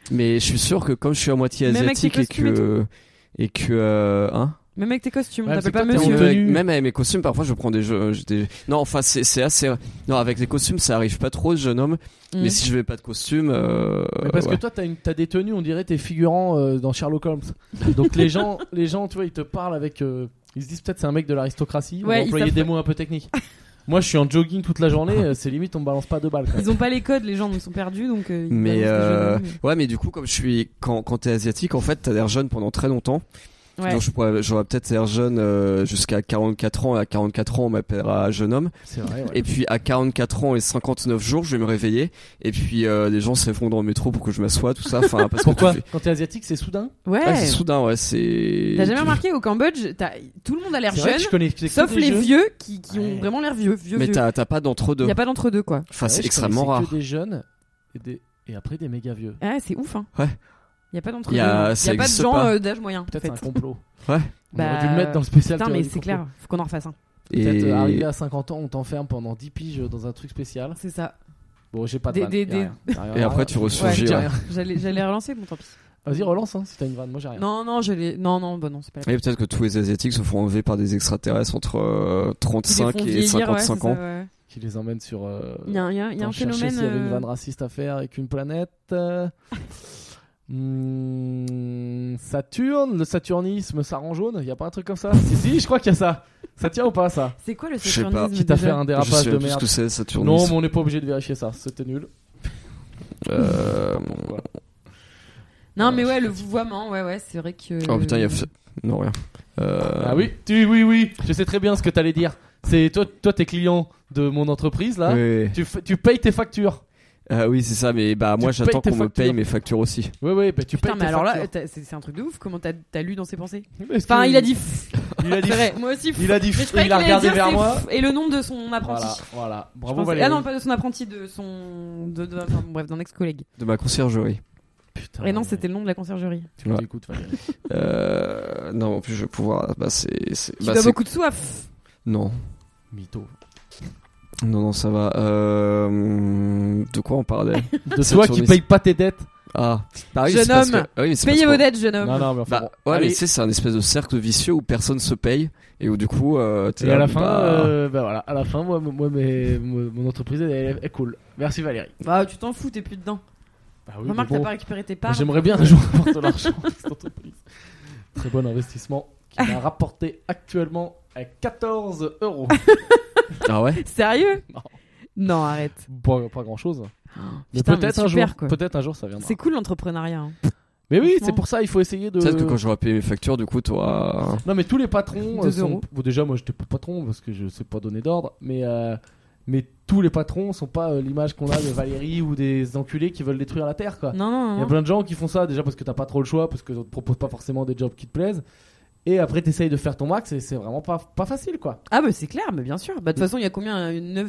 Mais je suis sûr que comme je suis à moitié Même avec tes asiatique costumes et que hein. Même avec tes costumes, Ouais, t'appelles pas c'est toi, t'es en monsieur. tenue. Même avec mes costumes, parfois je prends des jeux. Non, enfin c'est assez. Non, avec les costumes, ça arrive pas trop, jeune homme. Mais si je vais pas de costume, Mais parce ouais. que toi, t'as des tenues, on dirait t'es figurant dans Sherlock Holmes. Donc les gens, tu vois, ils te parlent avec. Ils se disent peut-être c'est un mec de l'aristocratie. Ouais, on va ils employer savent des pas. mots un peu techniques. Moi, je suis en jogging toute la journée. C'est limite, on me balance pas 2 balles. Quoi. Ils ont pas les codes, les gens sont perdus, donc. Ils Mais balancent des jeux de mots. ouais, mais du coup, comme je suis quand t'es asiatique, en fait, t'as l'air jeune pendant très longtemps. Ouais. Donc j'aurais peut-être l'air jeune jusqu'à 44 ans. À 44 ans, on m'appellera jeune homme. C'est vrai. Ouais. Et puis à 44 ans et 59 jours, je vais me réveiller. Et puis les gens se font dans le métro pour que je m'assoie, tout ça. Enfin, parce que Pourquoi tu fais- Quand t'es asiatique, c'est soudain. Ouais. Ah, c'est soudain, ouais. C'est. T'as jamais remarqué au Cambodge, tout le monde a l'air C'est vrai jeune, que je connais. c'est que sauf des les jeunes. vieux qui ont Ouais. vraiment l'air vieux. Mais t'as pas d'entre-deux. Il y a pas d'entre-deux, quoi. Enfin, Ouais, c'est je extrêmement connaissais rare. que des jeunes et après des méga vieux. Ouais, c'est ouf, hein. Ouais. Il y a pas d'entre-deux. Il y a- Il ça y a pas de existe gens pas. d'âge moyen. en Peut-être fait. un complot. Ouais. On aurait dû le mettre dans le spécial. Putain, théorie mais du c'est complot. clair, faut qu'on en refasse un. Peut-être Et arrivé à 50 ans, on t'enferme pendant 10 piges dans un truc spécial. C'est ça. Bon, j'ai pas de Des- vanne, des- y a rien. Y a rien, Et après, rien. tu ressurgis. J'ai ouais. rien. J'allais relancer, bon tant pis. Vas-y, relance si t'as une vanne. Moi, j'ai rien. Non, bah non, c'est pas la Et peut-être que tous les asiatiques se font enlever par des extraterrestres entre Ils les 35 font et vieillir, 55 ouais, ans. c'est ça, ouais. Qui les emmène sur. Il y a un Attends, je cherchais phénomène. s'il y avait une vanne raciste à faire avec une planète. Saturne, le saturnisme, ça rend jaune. Y a pas un truc comme ça? Si, je crois qu'il y a ça. Ça tient ou pas ça? C'est quoi le Je sais pas. saturnisme Quitte à déjà faire un Je dérapage sais de plus ce merde. que c'est, Saturne. Non, mais on n'est pas obligé de vérifier ça. C'était nul. Voilà. Non, mais ouais, le vouvoiement, ouais, c'est vrai que. Oh putain, il y a. Non, rien. Ah oui, oui. Je sais très bien ce que t'allais dire. C'est toi, t'es client de mon entreprise là. Oui. Tu payes tes factures. Oui, c'est ça, mais bah moi Tu j'attends payes tes qu'on me paye factures. mes factures aussi. Ouais, bah tu Putain, payes mais tes alors là, factures. c'est un truc de ouf. Comment t'as lu dans ses pensées? Parce Enfin, que- il a dit. Il a dit. C'est vrai, moi aussi. Il a dit. Mais je croyais Il a qu'il allait regardé dire vers c'est moi. Et le nom de son apprenti. Voilà. Je Bravo pensais- Valérie. Ah non, pas de son apprenti, de son. Enfin, bref, d'un ex-collègue. De ma conciergerie. Putain. Et non, c'était le nom de la conciergerie. Tu nous Ouais. écoutes, Valérie. Non, en plus je vais pouvoir. Bah c'est. Tu Bah, as c'est- beaucoup de soif. Non. Mytho. Non, ça va. De quoi on parlait? De toi qui Saturnisme. paye pas tes dettes. Ah, bah oui, Jeune c'est parce homme, que- oui, mais c'est Payez parce vos qu'on- dettes, jeune homme. Non, mais enfin Bah bon. ouais, Allez. mais tu sais, c'est un espèce de cercle vicieux où personne se paye et où du coup. T'es Et là, à la fin, bah, bah voilà, à la fin, moi, mon entreprise elle est cool. Merci Valérie. Bah, tu t'en fous, t'es plus dedans. Bah oui, Remarque, mais t'as bon, pas récupéré tes parts. j'aimerais bien un jour avoir de l'argent avec cette entreprise. Très bon investissement qui m'a rapporté actuellement à 14 €. Ah ouais. Sérieux? Non. Non, arrête. Pas grand chose. Mais Putain, peut-être mais un super, jour. quoi. Peut-être un jour ça viendra. C'est cool l'entrepreneuriat. hein. Mais oui, Franchement. c'est pour ça il faut essayer de. Peut-être que quand j'aurai payé mes factures, du coup, toi. Non mais tous les patrons 2 sont... euros. Bon, déjà moi j'étais pas patron parce que je sais pas donner d'ordre, mais tous les patrons sont pas l'image qu'on a de Valérie ou des enculés qui veulent détruire la terre quoi. Non, non, Il y a non. plein de gens qui font ça déjà parce que t'as pas trop le choix, parce que on te propose pas forcément des jobs qui te plaisent. Et après t'essayes de faire ton max et c'est vraiment pas facile quoi. Ah, bah, c'est clair, mais bien sûr. Bah, de toute façon, il y a combien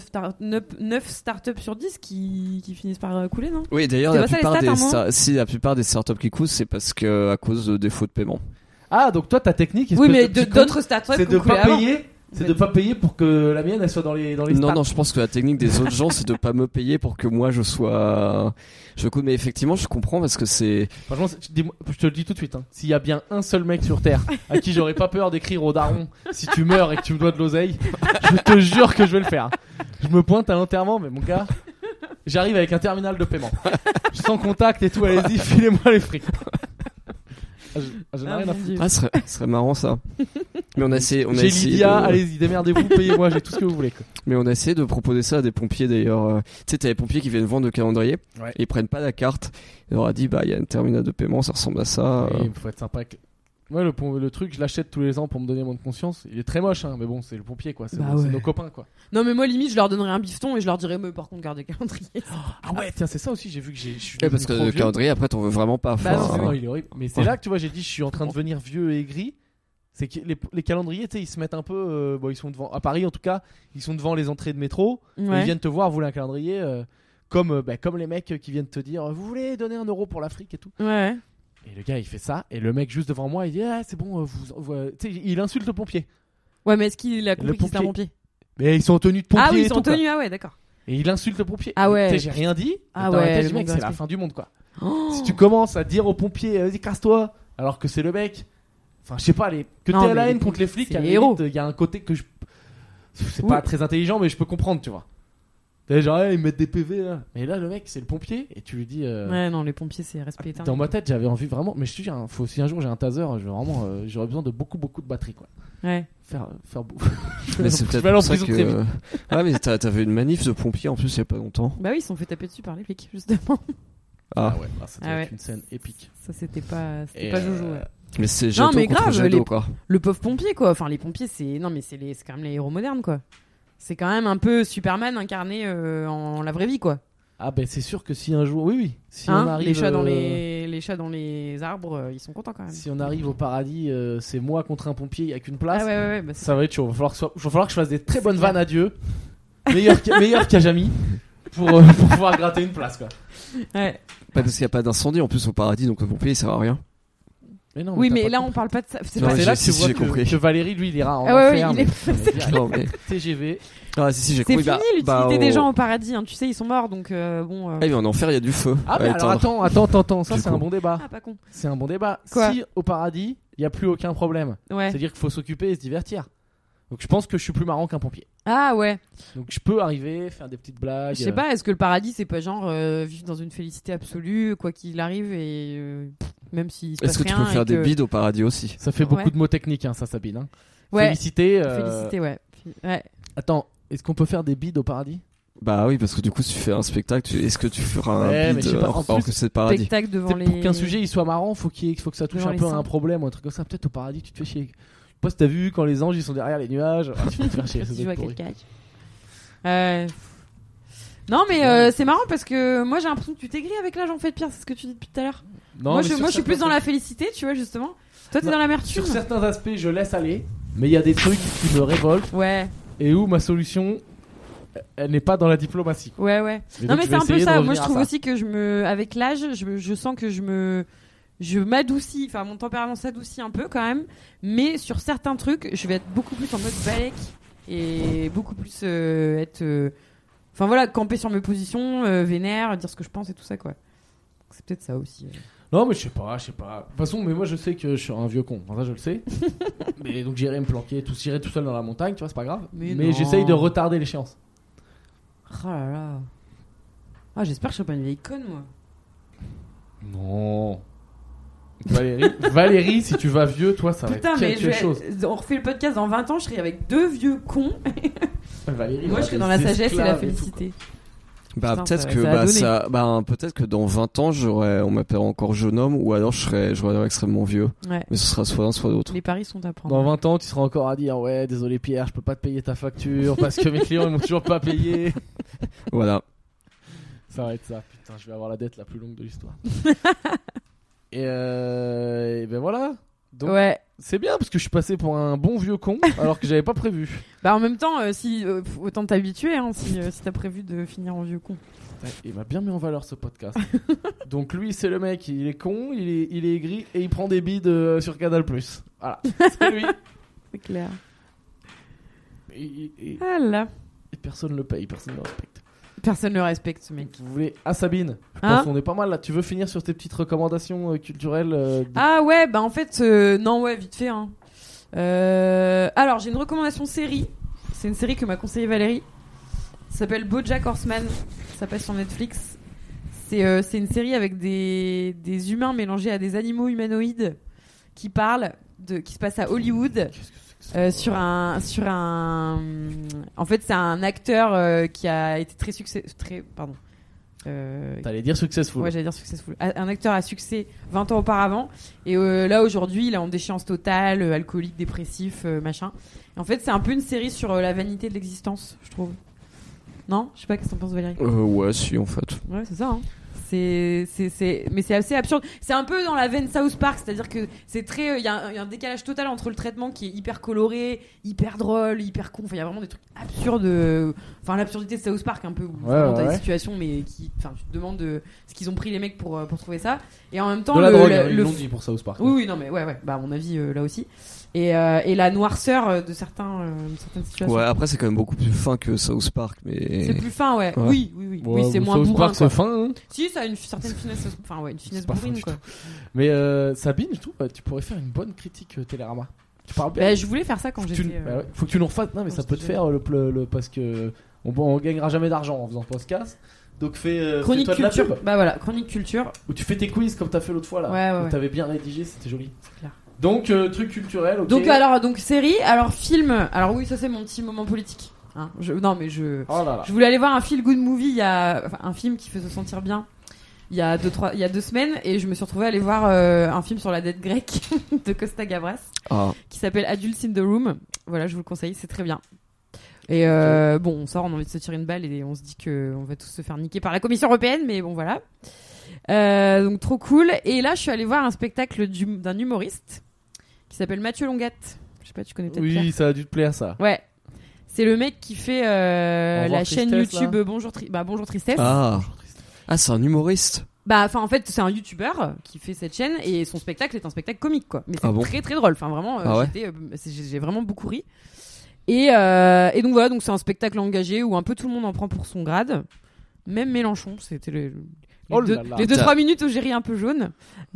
9 startups sur 10 qui finissent par couler, non? Oui, d'ailleurs, C'est la pas ça, les plupart stats, des à un moment si la plupart des startups qui coûtent, c'est parce que à cause de défaut de paiement. Ah donc toi ta technique Oui, mais petit con, d'autres startups c'est qui de ont coulé pas avant. payer, c'est de pas payer pour que la mienne elle soit dans les Non, stats. non, je pense que la technique des autres gens, c'est de pas me payer pour que moi je coûte. Mais effectivement, je comprends parce que c'est. Franchement, je te le dis tout de suite, hein. S'il y a bien un seul mec sur Terre à qui j'aurais pas peur d'écrire au daron si tu meurs et que tu me dois de l'oseille, je te jure que je vais le faire. Je me pointe à l'enterrement, mais mon gars, j'arrive avec un terminal de paiement. Sans contact et tout, allez-y, filez-moi les frics. J'en ai Ah, rien à mon foutre. Dieu. Ah, ce serait marrant ça. Mais on a essayé. J'ai Lydia, allez-y, démerdez-vous, payez-moi, j'ai tout ce que vous voulez. Quoi. Mais on a essayé de proposer ça à des pompiers d'ailleurs. Tu sais, t'as les pompiers qui viennent vendre le calendrier. Ouais. Et ils prennent pas la carte. Et on leur a dit, bah, il y a un terminal de paiement, ça ressemble à ça. Il faut être sympa avec. Moi, le truc, je l'achète tous les ans pour me donner mon conscience. Il est très moche, hein, mais bon, c'est le pompier, quoi. C'est Bah c'est ouais. nos copains, quoi. Non, mais moi, limite, je leur donnerais un bifton et je leur dirais, mais par contre, gardez le calendrier. Ah ouais, tiens, c'est ça aussi, j'ai vu que je suis Ouais, parce que devenu trop le vieux. calendrier, après, t'en veux vraiment pas. Bah Enfin, Non, il est horrible. Mais c'est là que tu vois, j'ai dit, je suis en train de devenir vieux et aigri. C'est que les calendriers, tu sais, ils se mettent un peu. Bon, ils sont devant. À Paris, en tout cas, ils sont devant les entrées de métro. Et ils Ouais. viennent te voir, vous voulez un calendrier comme les mecs qui viennent te dire, vous voulez donner 1 € pour l'Afrique et tout. Ouais. Et le gars, il fait ça. Et le mec, juste devant moi, il dit, ah, c'est bon, tu sais, il insulte le pompier. Ouais, mais est-ce qu'il a compris que c'était un pompier? Mais ils sont en tenue de pompier. Ah oui, et ils sont tout, quoi. tenus, ah ouais, d'accord. Et il insulte le pompier. Ah ouais. Tu sais, j'ai rien dit. Ah Dans la ouais, tête, le je dis, mec, manque de c'est la respect. fin du monde, quoi. Si tu commences à dire aux pompiers, vas-y, casse-toi, alors que c'est le mec. Enfin, je sais pas, que t'es à la haine contre les flics, il y a un côté que c'est pas très intelligent, mais je peux comprendre, tu vois. Genre, ils mettent des PV là. Mais là, le mec, c'est le pompier, et tu lui dis. Ouais, non, les pompiers, c'est respect éternel. Dans ma tête, j'avais envie vraiment. Mais je te dis, faut si un jour j'ai un taser, j'aurais besoin de beaucoup de batterie, quoi. Ouais. Faire mais c'est peut-être pour ça que. Ah, mais t'avais une manif de pompiers en plus il y a pas longtemps. Bah oui, ils se sont fait taper dessus par les flics, justement. Ah ouais, ça devait être une scène épique. Ça, c'était pas joujou, ouais. Mais c'est Jadot contre Jadot, quoi. Le pauvre pompier, quoi. Enfin, les pompiers, c'est quand même les héros modernes, quoi. C'est quand même un peu Superman incarné en la vraie vie, quoi. Ah ben c'est sûr que si un jour, oui, si on arrive, les chats dans les arbres, ils sont contents quand même. Si on arrive au paradis, c'est moi contre un pompier, il y a qu'une place. Ah ouais, bah ça va être chaud. Il va falloir que je fasse des très bonnes vannes à Dieu, meilleur qu'à Jamy, pour pouvoir gratter une place, quoi. Ouais. Pas parce qu'il n'y a pas d'incendie en plus au paradis, donc le pompier il sert à rien. Mais non, oui, mais là on parle pas de ça. C'est là que tu vois que Valérie, lui, il ira en enfer. Il est non, mais... TGV. Ah, si, j'ai c'est compris. fini l'utilité des gens au paradis, hein. Tu sais, ils sont morts, donc bon. Ah, mais en enfer, il y a du feu. Ah, mais alors attends, ça c'est un bon débat. Ah, pas con. C'est un bon débat. Quoi ? Si au paradis, il n'y a plus aucun problème, c'est-à-dire qu'il faut s'occuper et se divertir. Donc je pense que je suis plus marrant qu'un pompier. Ah ouais. Donc je peux arriver, faire des petites blagues. Je sais pas, est-ce que le paradis c'est pas genre vivre dans une félicité absolue, quoi qu'il arrive, et même s'il se passe rien. Est-ce que tu peux faire des bides au paradis aussi ? Ça fait beaucoup de mots techniques, hein, ça, Sabine. Hein. Ouais. Félicité, ouais. Attends, est-ce qu'on peut faire des bides au paradis ? Bah oui, parce que du coup, si tu fais un spectacle, est-ce que tu feras un bide alors que c'est le paradis ? Spectacle devant les... Pour qu'un sujet il soit marrant, faut que ça touche un peu à un problème ou un truc comme ça. Peut-être au paradis, tu te fais chier. Je sais pas si t'as vu quand les anges ils sont derrière les nuages. Tu vas te faire chier. Tu joues à quelqu'un. Non, mais c'est marrant parce que moi j'ai l'impression que tu t'aigris avec l'âge en fait, Pierre, c'est ce que tu dis depuis tout à l'heure. Moi je suis plus dans la félicité, tu vois, justement. Toi t'es dans l'amertume. Sur certains aspects, je laisse aller, mais il y a des trucs qui me révoltent. Ouais. Et où ma solution, elle n'est pas dans la diplomatie. Ouais. Non, mais c'est un peu ça. Moi je trouve aussi que avec l'âge, je sens que je m'adoucis, enfin mon tempérament s'adoucit un peu quand même, mais sur certains trucs, je vais être beaucoup plus en mode balèque et beaucoup plus enfin voilà, camper sur mes positions, vénère, dire ce que je pense et tout ça, quoi. C'est peut-être ça aussi. Non, mais je sais pas. De toute façon, mais moi je sais que je suis un vieux con, enfin ça je le sais. Mais donc j'irai me planquer, j'irai tout seul dans la montagne, tu vois, c'est pas grave. Mais j'essaye de retarder l'échéance. Oh là là. Ah, j'espère que je serai pas une vieille conne, moi. Non. Valérie, si tu vas vieux, toi, ça va être quelque chose. On refait le podcast dans 20 ans, je serai avec deux vieux cons. Valérie, moi, je serai dans la sagesse et la félicité. Bah, peut-être que dans 20 ans, on m'appellera encore jeune homme, ou alors j'aurais l'air extrêmement vieux. Ouais. Mais ce sera soit l'un, soit l'autre. Les paris sont à prendre. Dans 20 ans, tu seras encore à dire, ouais, désolé Pierre, je peux pas te payer ta facture parce que mes clients, ils m'ont toujours pas payé. Voilà. Ça va être ça. Putain, je vais avoir la dette la plus longue de l'histoire. Et ben voilà. Donc, ouais. C'est bien parce que je suis passé pour un bon vieux con alors que j'avais pas prévu. Bah en même temps, autant t'habituer si t'as prévu de finir en vieux con. Ouais, il m'a bien mis en valeur ce podcast. Donc lui c'est le mec, il est con, il est aigri et il prend des bides sur Canal+. Voilà, c'est lui. C'est clair. Et voilà. Et personne le paye, personne ne le respecte. Personne ne le respecte, ce mec. Vous voulez... Ah Sabine, je pense qu'on est pas mal là. Tu veux finir sur tes petites recommandations culturelles Ah ouais, bah en fait, non, ouais, vite fait. Hein. Alors, j'ai une recommandation série. C'est une série que m'a conseillé Valérie. Ça s'appelle BoJack Horseman. Ça passe sur Netflix. C'est une série avec des humains mélangés à des animaux humanoïdes qui parlent, qui se passe à Hollywood. Sur un en fait c'est un acteur qui a été t'allais dire successful. Ouais, j'allais dire successful. Un acteur à succès 20 ans auparavant et là aujourd'hui il est en déchéance totale, alcoolique, dépressif, machin. Et en fait c'est un peu une série sur la vanité de l'existence, je trouve. Non, je sais pas, qu'est-ce que t'en penses Valérie? Ouais, si en fait. Ouais, c'est ça. Hein. Mais c'est assez absurde. C'est un peu dans la veine South Park, c'est-à-dire que c'est très, il y a un décalage total entre le traitement qui est hyper coloré, hyper drôle, hyper con. Enfin, il y a vraiment des trucs absurdes. Enfin, l'absurdité de South Park un peu où t'as des situations, mais qui, enfin, tu te demandes ce qu'ils ont pris les mecs pour trouver ça. Et en même temps, de la drogue, ils l'ont dit pour South Park. Oui, non, mais ouais. Bah, à mon avis, là aussi. Et la noirceur de certaines situations. Ouais, après c'est quand même beaucoup plus fin que South Park, mais c'est plus fin, ouais. Oui, c'est moins South bourrin. Park, c'est fin. Hein. Si, ça a une certaine finesse. Enfin, ouais, une finesse C'est pas bourrine, faux du quoi. tout. Mais Sabine, je trouve, tu pourrais faire une bonne critique Télérama. Tu parles bien. Bah, je voulais faire ça quand j'étais. Ouais, faut que tu nous refasses. Non, mais ça peut te faire parce que on gagnera jamais d'argent en faisant podcast. Donc Chronique fais-toi de la culture. pub. Bah voilà, chronique culture. Où tu fais tes quiz comme t'as fait l'autre fois là. Ouais. Où t'avais bien rédigé, c'était joli. C'est clair. Donc truc culturel. Ok. Donc série, alors film. Alors oui, ça c'est mon petit moment politique. Hein, je Oh là là. Je voulais aller voir un feel good movie, un film qui fait se sentir bien. Il y a 2 semaines et je me suis retrouvée à aller voir un film sur la dette grecque de Costa Gavras qui s'appelle Adults in the Room. Voilà, je vous le conseille, c'est très bien. Et bon, on sort, on a envie de se tirer une balle et on se dit qu'on va tous se faire niquer par la Commission européenne, mais bon voilà. Donc trop cool. Et là, je suis allée voir un spectacle d'un humoriste qui s'appelle Mathieu Longatte. Je sais pas, tu connais peut-être Pierre. Oui, ça a dû te plaire ça. Ouais. C'est le mec qui fait la chaîne YouTube Bonjour Tristesse. Ah, c'est un humoriste. Bah, enfin, en fait, c'est un youtubeur qui fait cette chaîne et son spectacle est un spectacle comique, quoi. Mais c'est très très drôle. Enfin, vraiment, j'ai vraiment beaucoup ri. Et donc voilà, donc c'est un spectacle engagé où un peu tout le monde en prend pour son grade. Même Mélenchon, c'était les 2-3 minutes où j'ai ri un peu jaune.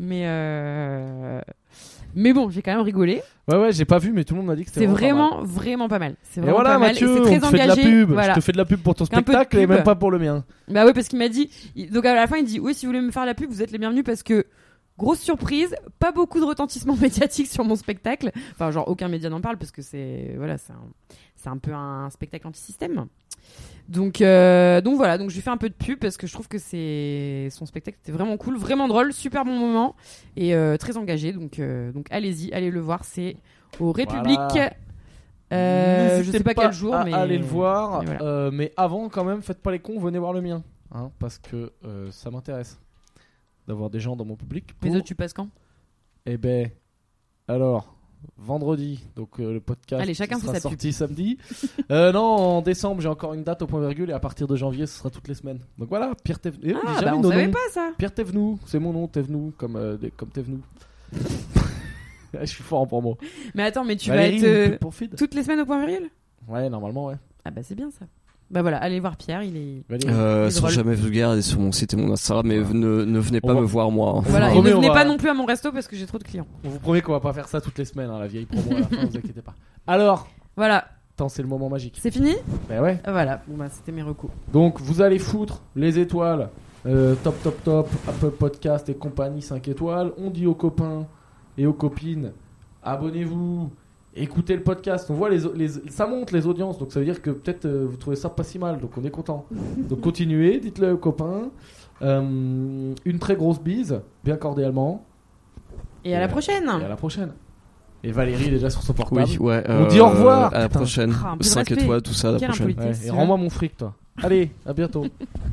Mais bon, j'ai quand même rigolé. Ouais, j'ai pas vu, mais tout le monde m'a dit que c'était vraiment pas mal. C'est vraiment voilà, pas mal. Mathieu, et c'est très engagé. De la pub. Voilà. Je te fais de la pub pour ton spectacle et même pas pour le mien. Bah oui, parce qu'il m'a dit. Donc à la fin, il dit oui, si vous voulez me faire la pub, vous êtes les bienvenus parce que grosse surprise, pas beaucoup de retentissement médiatique sur mon spectacle. Enfin, genre aucun média n'en parle parce que c'est un peu un spectacle anti-système. Donc voilà, donc je lui fais un peu de pub parce que je trouve que son spectacle était vraiment cool, vraiment drôle, super bon moment et très engagé. Donc allez-y, allez le voir, c'est au République. Voilà. Je sais pas quel jour, mais allez le voir. Mais, voilà. Mais avant, quand même, faites pas les cons, venez voir le mien, hein, parce que ça m'intéresse d'avoir des gens dans mon public. Les autres, tu passes quand ? Eh ben, alors. Vendredi, donc le podcast sera sorti samedi. Non, en décembre, j'ai encore une date au point virgule et à partir de janvier, ce sera toutes les semaines. Donc voilà, Pierre Thévenoud. On savait pas ça. Pierre Thévenoud, c'est mon nom, Thévenoud, comme Thévenoud. Je suis fort en promo. Mais attends, mais tu vas être toutes les semaines au point virgule ? Ouais, normalement, ouais. Ah bah c'est bien ça. Bah voilà, allez voir Pierre, il est Sans jamais vulgaire et sur mon site et mon Instagram, mais ne venez pas me voir moi. Hein. Voilà, et ne venez pas non plus à mon resto parce que j'ai trop de clients. On vous promet qu'on va pas faire ça toutes les semaines, hein, la vieille promo à la fin, vous inquiétez pas. Alors, voilà. Attends, c'est le moment magique. C'est fini ? Bah ouais. Voilà, bon bah c'était mes recos. Donc vous allez foutre les étoiles, top, Apple Podcast et compagnie 5 étoiles. On dit aux copains et aux copines, abonnez-vous. Écoutez le podcast, on voit ça monte les audiences, donc ça veut dire que peut-être vous trouvez ça pas si mal, donc on est content. Donc continuez, dites-le aux copains. Une très grosse bise, bien cordialement. Et à la prochaine. Et à la prochaine. Et Valérie est déjà sur son portable. Oui, ouais. On dit au revoir. À la prochaine. 5 étoiles, tout ça, à la prochaine. Et rends-moi mon fric, toi. Allez, à bientôt.